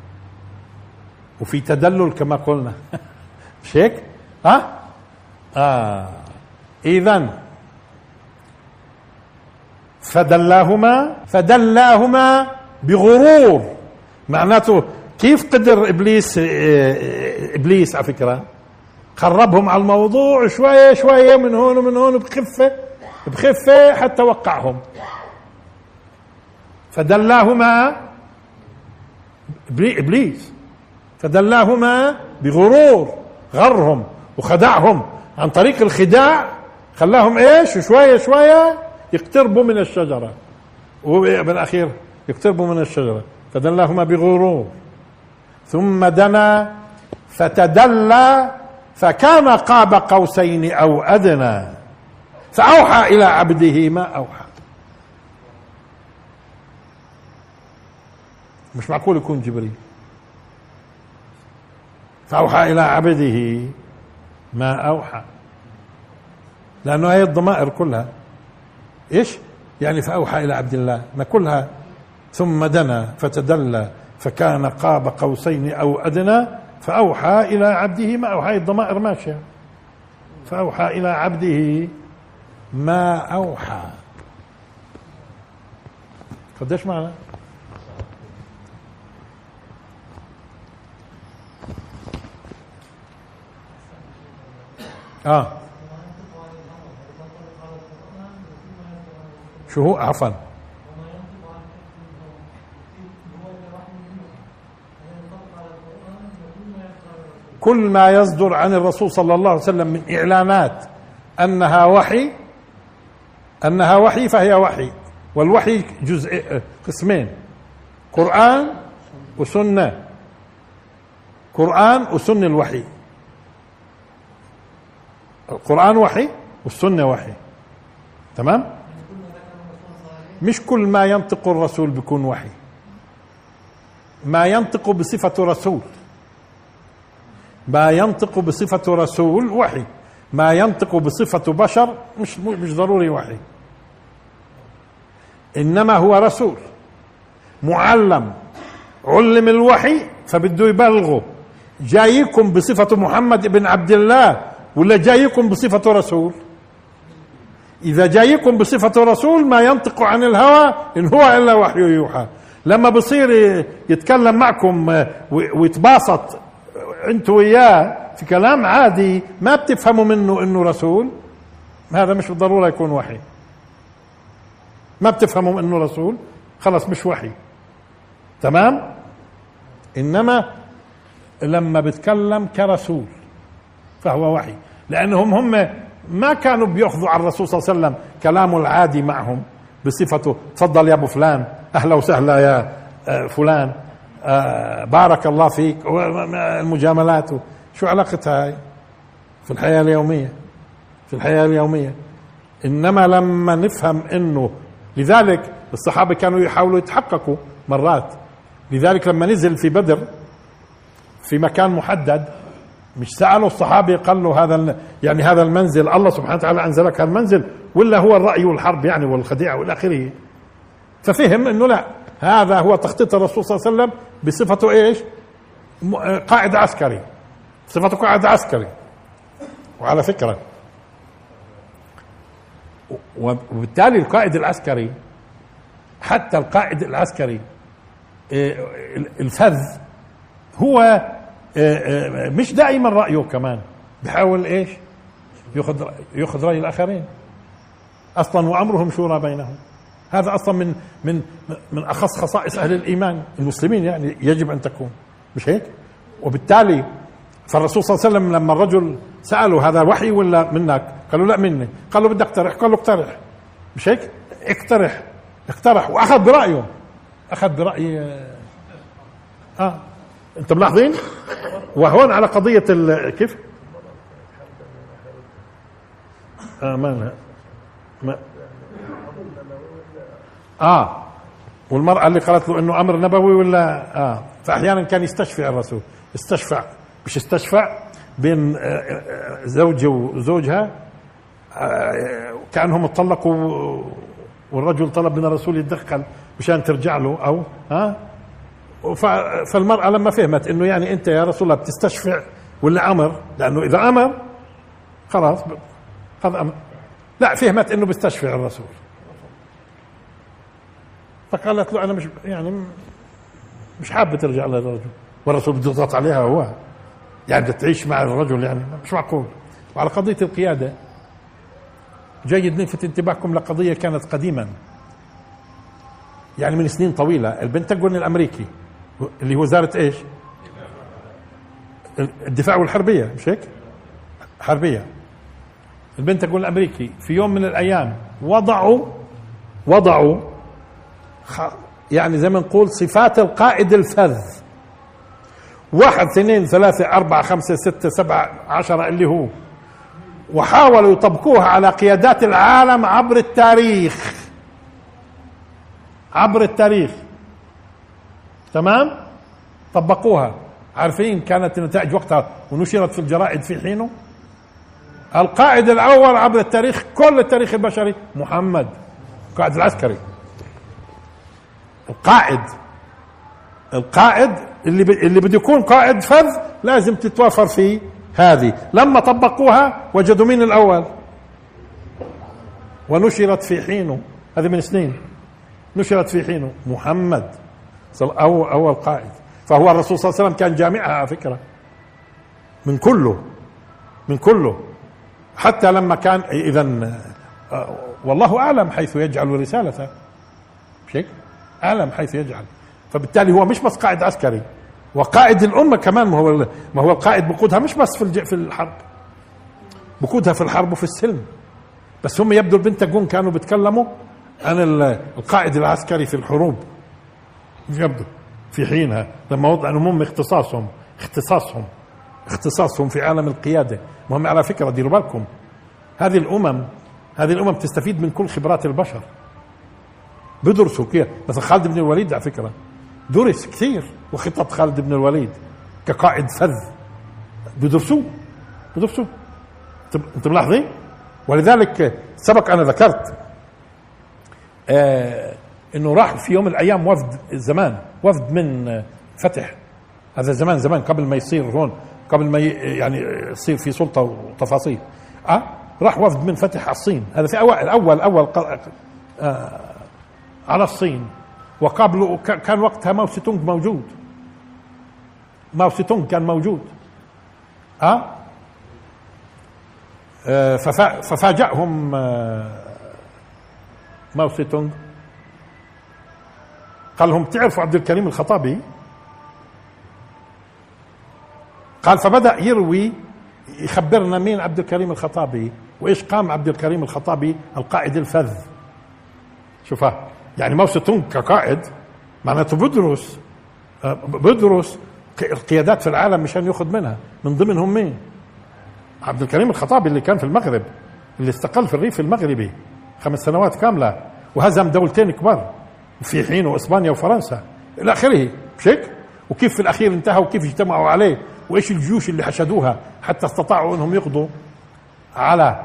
وفي تدلل كما قلنا مش هيك؟ ها؟ آه إذن فدلاهما فدلاهما بغرور. معناته كيف قدر إبليس إبليس على فكرة قربهم على الموضوع شوية شوية، من هون ومن هون، بخفة بخفة حتى وقعهم. فدلاهما إبليس فدلاهما بغرور غرهم وخدعهم عن طريق الخداع، خلاهم ايش شوية شوية يقتربوا من الشجرة، وبالأخير يقتربوا من الشجرة فدلاهما بغرور ثم دنا فتدلى فكان قاب قوسين أو أدنى فأوحى إلى عبده ما أوحى. مش معقول يكون جبريل. فأوحى إلى عبده ما أوحى، لأنه هي الضمائر كلها إيش يعني فأوحى إلى عبد الله ما كلها ثم دنا فتدلى فكان قاب قوسين أو أدنى فأوحى إلى عبده ما أوحى، الضمائر ماشية. فأوحى إلى عبده ما أوحى. قديش معنى؟ آه شو هو عفوا كل ما يصدر عن الرسول صلى الله عليه وسلم من إعلانات أنها وحي أنها وحي فهي وحي. والوحي جزء قسمين، قرآن وسنة. قرآن وسنة الوحي، القرآن وحي والسنة وحي، تمام؟ مش كل ما ينطق الرسول بيكون وحي، ما ينطق بصفة رسول، ما ينطق بصفة رسول وحي، ما ينطق بصفة بشر مش مش ضروري وحي، إنما هو رسول معلم علم الوحي فبده يبلغه. جايكم بصفة محمد بن عبد الله ولا جايكم بصفة رسول؟ إذا جايكم بصفة رسول ما ينطق عن الهوى إن هو إلا وحي يوحى. لما بصير يتكلم معكم ويتباسط انتوا وياه في كلام عادي ما بتفهموا منه إنه رسول، هذا مش بالضرورة يكون وحي. ما بتفهموا إنه رسول خلص مش وحي، تمام؟ إنما لما بتكلم كرسول فهو وحي، لأنهم هم ما كانوا بيأخذوا على الرسول صلى الله عليه وسلم كلامه العادي معهم بصفته تفضل يا أبو فلان، أهلا وسهلا يا فلان، بارك الله فيك، المجاملات. شو علاقتها هاي في الحياة اليومية؟ في الحياة اليومية. إنما لما نفهم إنه، لذلك الصحابة كانوا يحاولوا يتحققوا مرات. لذلك لما نزل في بدر في مكان محدد مش سألوا الصحابة قال له هذا يعني هذا المنزل الله سبحانه وتعالى أنزلك هذا المنزل ولا هو الرأي والحرب يعني والخديعة والآخره؟ ففهم إنه لا، هذا هو تخطيط الرسول صلى الله عليه وسلم بصفته إيش؟ قائد عسكري، صفته قائد عسكري. وعلى فكرة وبالتالي القائد العسكري، حتى القائد العسكري الفذ هو مش دائما رأيه، كمان بحاول ايش ياخذ ياخذ رأي الآخرين اصلا، وامرهم شورى بينهم. هذا اصلا من من من اخص خصائص اهل الايمان المسلمين، يعني يجب ان تكون مش هيك. وبالتالي فالرسول صلى الله عليه وسلم لما الرجل سأله هذا وحي ولا منك؟ قالوا لا مني. قال له بدك اقترح؟ قال له اقترح، مش هيك؟ اقترح اقترح واخذ برأيه، اخذ برأي اه انت ملاحظين؟ وهون على قضية كيف آه ما ما اه والمرأة اللي قالت له انه امر نبوي ولا اه فاحيانا كان يستشفع الرسول، استشفع مش استشفع بين زوجه وزوجها، كأنهم اتطلقوا والرجل طلب من الرسول يتدخل مشان ترجع له او ها. فالمرأة لما فهمت انه يعني انت يا رسول الله بتستشفع ولا امر، لانه اذا امر خلاص خذ امر، لا فهمت انه بيستشفع الرسول، فقالت له انا مش يعني مش حابه ترجع للرجل، والرسول بده يضغط عليها هو يعني بدها تعيش مع الرجل، يعني مش معقول. وعلى قضية القيادة جيد نلفت انتباهكم لقضية كانت قديما يعني من سنين طويلة، البنتاغون الامريكي اللي هو وزارة ايش الدفاع والحربية، مش هيك؟ حربية. البنتاغون الأمريكي في يوم من الأيام وضعوا وضعوا يعني زي ما نقول صفات القائد الفذ، واحد اثنين ثلاثة أربعة خمسة ستة سبعة عشرة اللي هو، وحاولوا يطبقوها على قيادات العالم عبر التاريخ، عبر التاريخ. تمام؟ طبقوها. عارفين كانت النتائج وقتها ونشرت في الجرائد في حينه؟ القائد الأول عبر التاريخ، كل التاريخ البشري، محمد، القائد العسكري. القائد القائد اللي ب... اللي بده يكون قائد فذ لازم تتوافر فيه هذه. لما طبقوها وجدوا مين الأول؟ ونشرت في حينه، هذه من سنين، نشرت في حينه محمد أول أول قائد. فهو الرسول صلى الله عليه وسلم كان جامعها على فكرة من كله، من كله، حتى لما كان إذن والله أعلم حيث يجعل رسالته، مش هيك؟ أعلم حيث يجعل. فبالتالي هو مش بس قائد عسكري، وقائد الأمة كمان. ما هو ما هو القائد بقودها مش بس في في الحرب، بقودها في الحرب وفي السلم. بس هم يبدو البنتاغون كانوا بيتكلموا عن القائد العسكري في الحروب، يبدو في حينها لما وضعوا هم اختصاصهم اختصاصهم اختصاصهم في عالم القيادة. مهم على فكرة، ديروا بالكم، هذه الأمم هذه الأمم تستفيد من كل خبرات البشر. بدرسوا كيف. مثلا خالد بن الوليد على فكرة درس كثير، وخطط خالد بن الوليد كقائد فذ بدرسوه بدرسوه انتم ملاحظين؟ ولذلك سبق أنا ذكرت آه انه راح في يوم من الايام وفد زمان، وفد من فتح، هذا زمان زمان قبل ما يصير هون، قبل ما يعني يصير في سلطة وتفاصيل. اه راح وفد من فتح على الصين، هذا في اول اول اول آه على الصين. وقابلوا كان وقتها ماو سي تونغ موجود، ماو سي تونغ كان موجود. اه, آه ففاجأهم آه ماو سي تونغ، قال لهم تعرفوا عبد الكريم الخطابي؟ قال فبدأ يروي يخبرنا مين عبد الكريم الخطابي وإيش قام عبد الكريم الخطابي القائد الفذ. شوفها يعني ماو سي تونغ كقائد معناته بدرس بدرس القيادات في العالم مشان ياخذ منها، من ضمنهم مين؟ عبد الكريم الخطابي اللي كان في المغرب، اللي استقل في الريف المغربي خمس سنوات كاملة وهزم دولتين كبار في حينه اسبانيا وفرنسا الى اخره، مش هيك؟ وكيف في الاخير انتهوا وكيف اجتمعوا عليه وايش الجيوش اللي حشدوها حتى استطاعوا انهم يقضوا على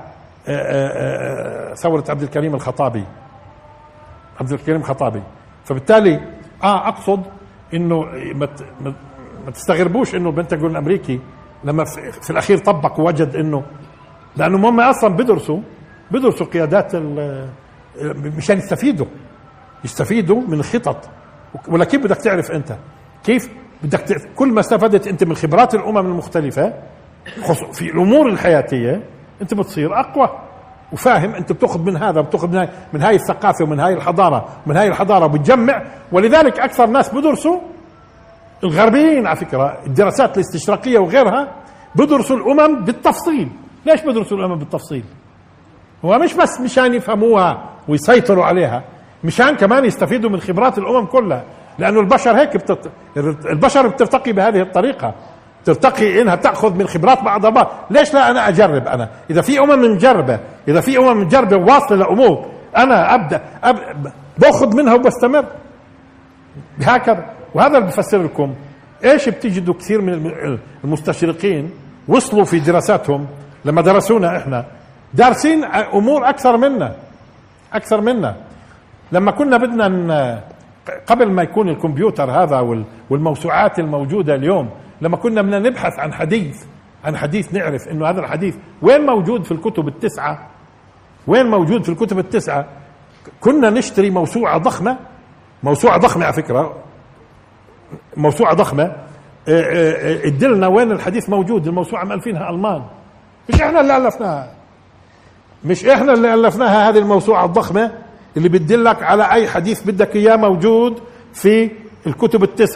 ثورة عبد الكريم الخطابي. عبد الكريم الخطابي. فبالتالي اه اقصد انه ما ما تستغربوش انه البنتاغون الامريكي لما في, في الاخير طبق ووجد انه لانه هم اصلا بدرسوا بدرسوا قيادات مشان يستفيدوا يستفيدوا من الخطط. ولا كيف بدك تعرف انت كيف بدك تعرف كل ما استفدت انت من خبرات الامم المختلفه في الامور الحياتيه انت بتصير اقوى وفاهم. انت بتاخذ من هذا بتاخذ من هاي من هاي الثقافه ومن هاي الحضاره من هاي الحضاره وبتجمع. ولذلك اكثر ناس بدرسوا الغربيين على فكره الدراسات الاستشراقيه وغيرها بدرسوا الامم بالتفصيل. ليش بدرسوا الامم بالتفصيل؟ هو مش بس مشان يفهموها ويسيطروا عليها، مشان كمان يستفيدوا من خبرات الامم كلها. لانه البشر هيك بتت... البشر بترتقي بهذه الطريقه، ترتقي انها تاخذ من خبرات بعضها بعض. ليش لا انا اجرب؟ انا اذا في امم مجربه اذا في امم مجربه واصله لامور انا ابدا, أبدأ باخذ منها وبستمر بهكذا. وهذا اللي بفسر لكم ايش بتجدوا كثير من المستشرقين وصلوا في دراساتهم لما درسونا احنا دارسين امور اكثر منا اكثر منا. لما كنا بدنا قبل ما يكون الكمبيوتر هذا والموسوعات الموجوده اليوم، لما كنا بدنا نبحث عن حديث عن حديث نعرف انه هذا الحديث وين موجود في الكتب التسعه، وين موجود في الكتب التسعه، كنا نشتري موسوعه ضخمه موسوعه ضخمه على فكره موسوعه ضخمه ادلنا وين الحديث موجود. الموسوعه مالفينها المان، مش احنا اللي الفناها مش احنا اللي الفناها هذه الموسوعه الضخمه اللي بتدلك على اي حديث بدك اياه موجود في الكتب التسعه.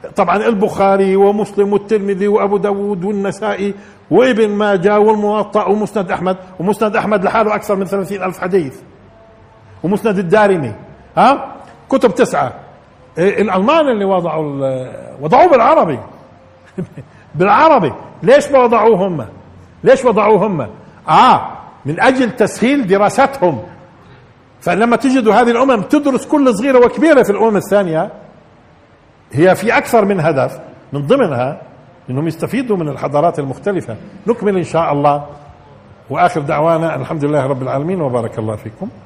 طبعا البخاري ومسلم والترمذي وأبو داود والنسائي وابن ماجه والموطأ ومسند أحمد، ومسند أحمد لحاله أكثر من ثلاثين ألف حديث، ومسند الدارمي، ها كتب تسعة. الألمان اللي وضعوا وضعوه بالعربي بالعربي. ليش ما وضعوه هم؟ ليش وضعوه هم؟ آه من أجل تسهيل دراستهم. فلما تجدوا هذه الأمم تدرس كل صغيرة وكبيرة في الأمم الثانية، هي في أكثر من هدف من ضمنها أنهم يستفيدوا من الحضارات المختلفة. نكمل إن شاء الله، وآخر دعوانا الحمد لله رب العالمين وبارك الله فيكم.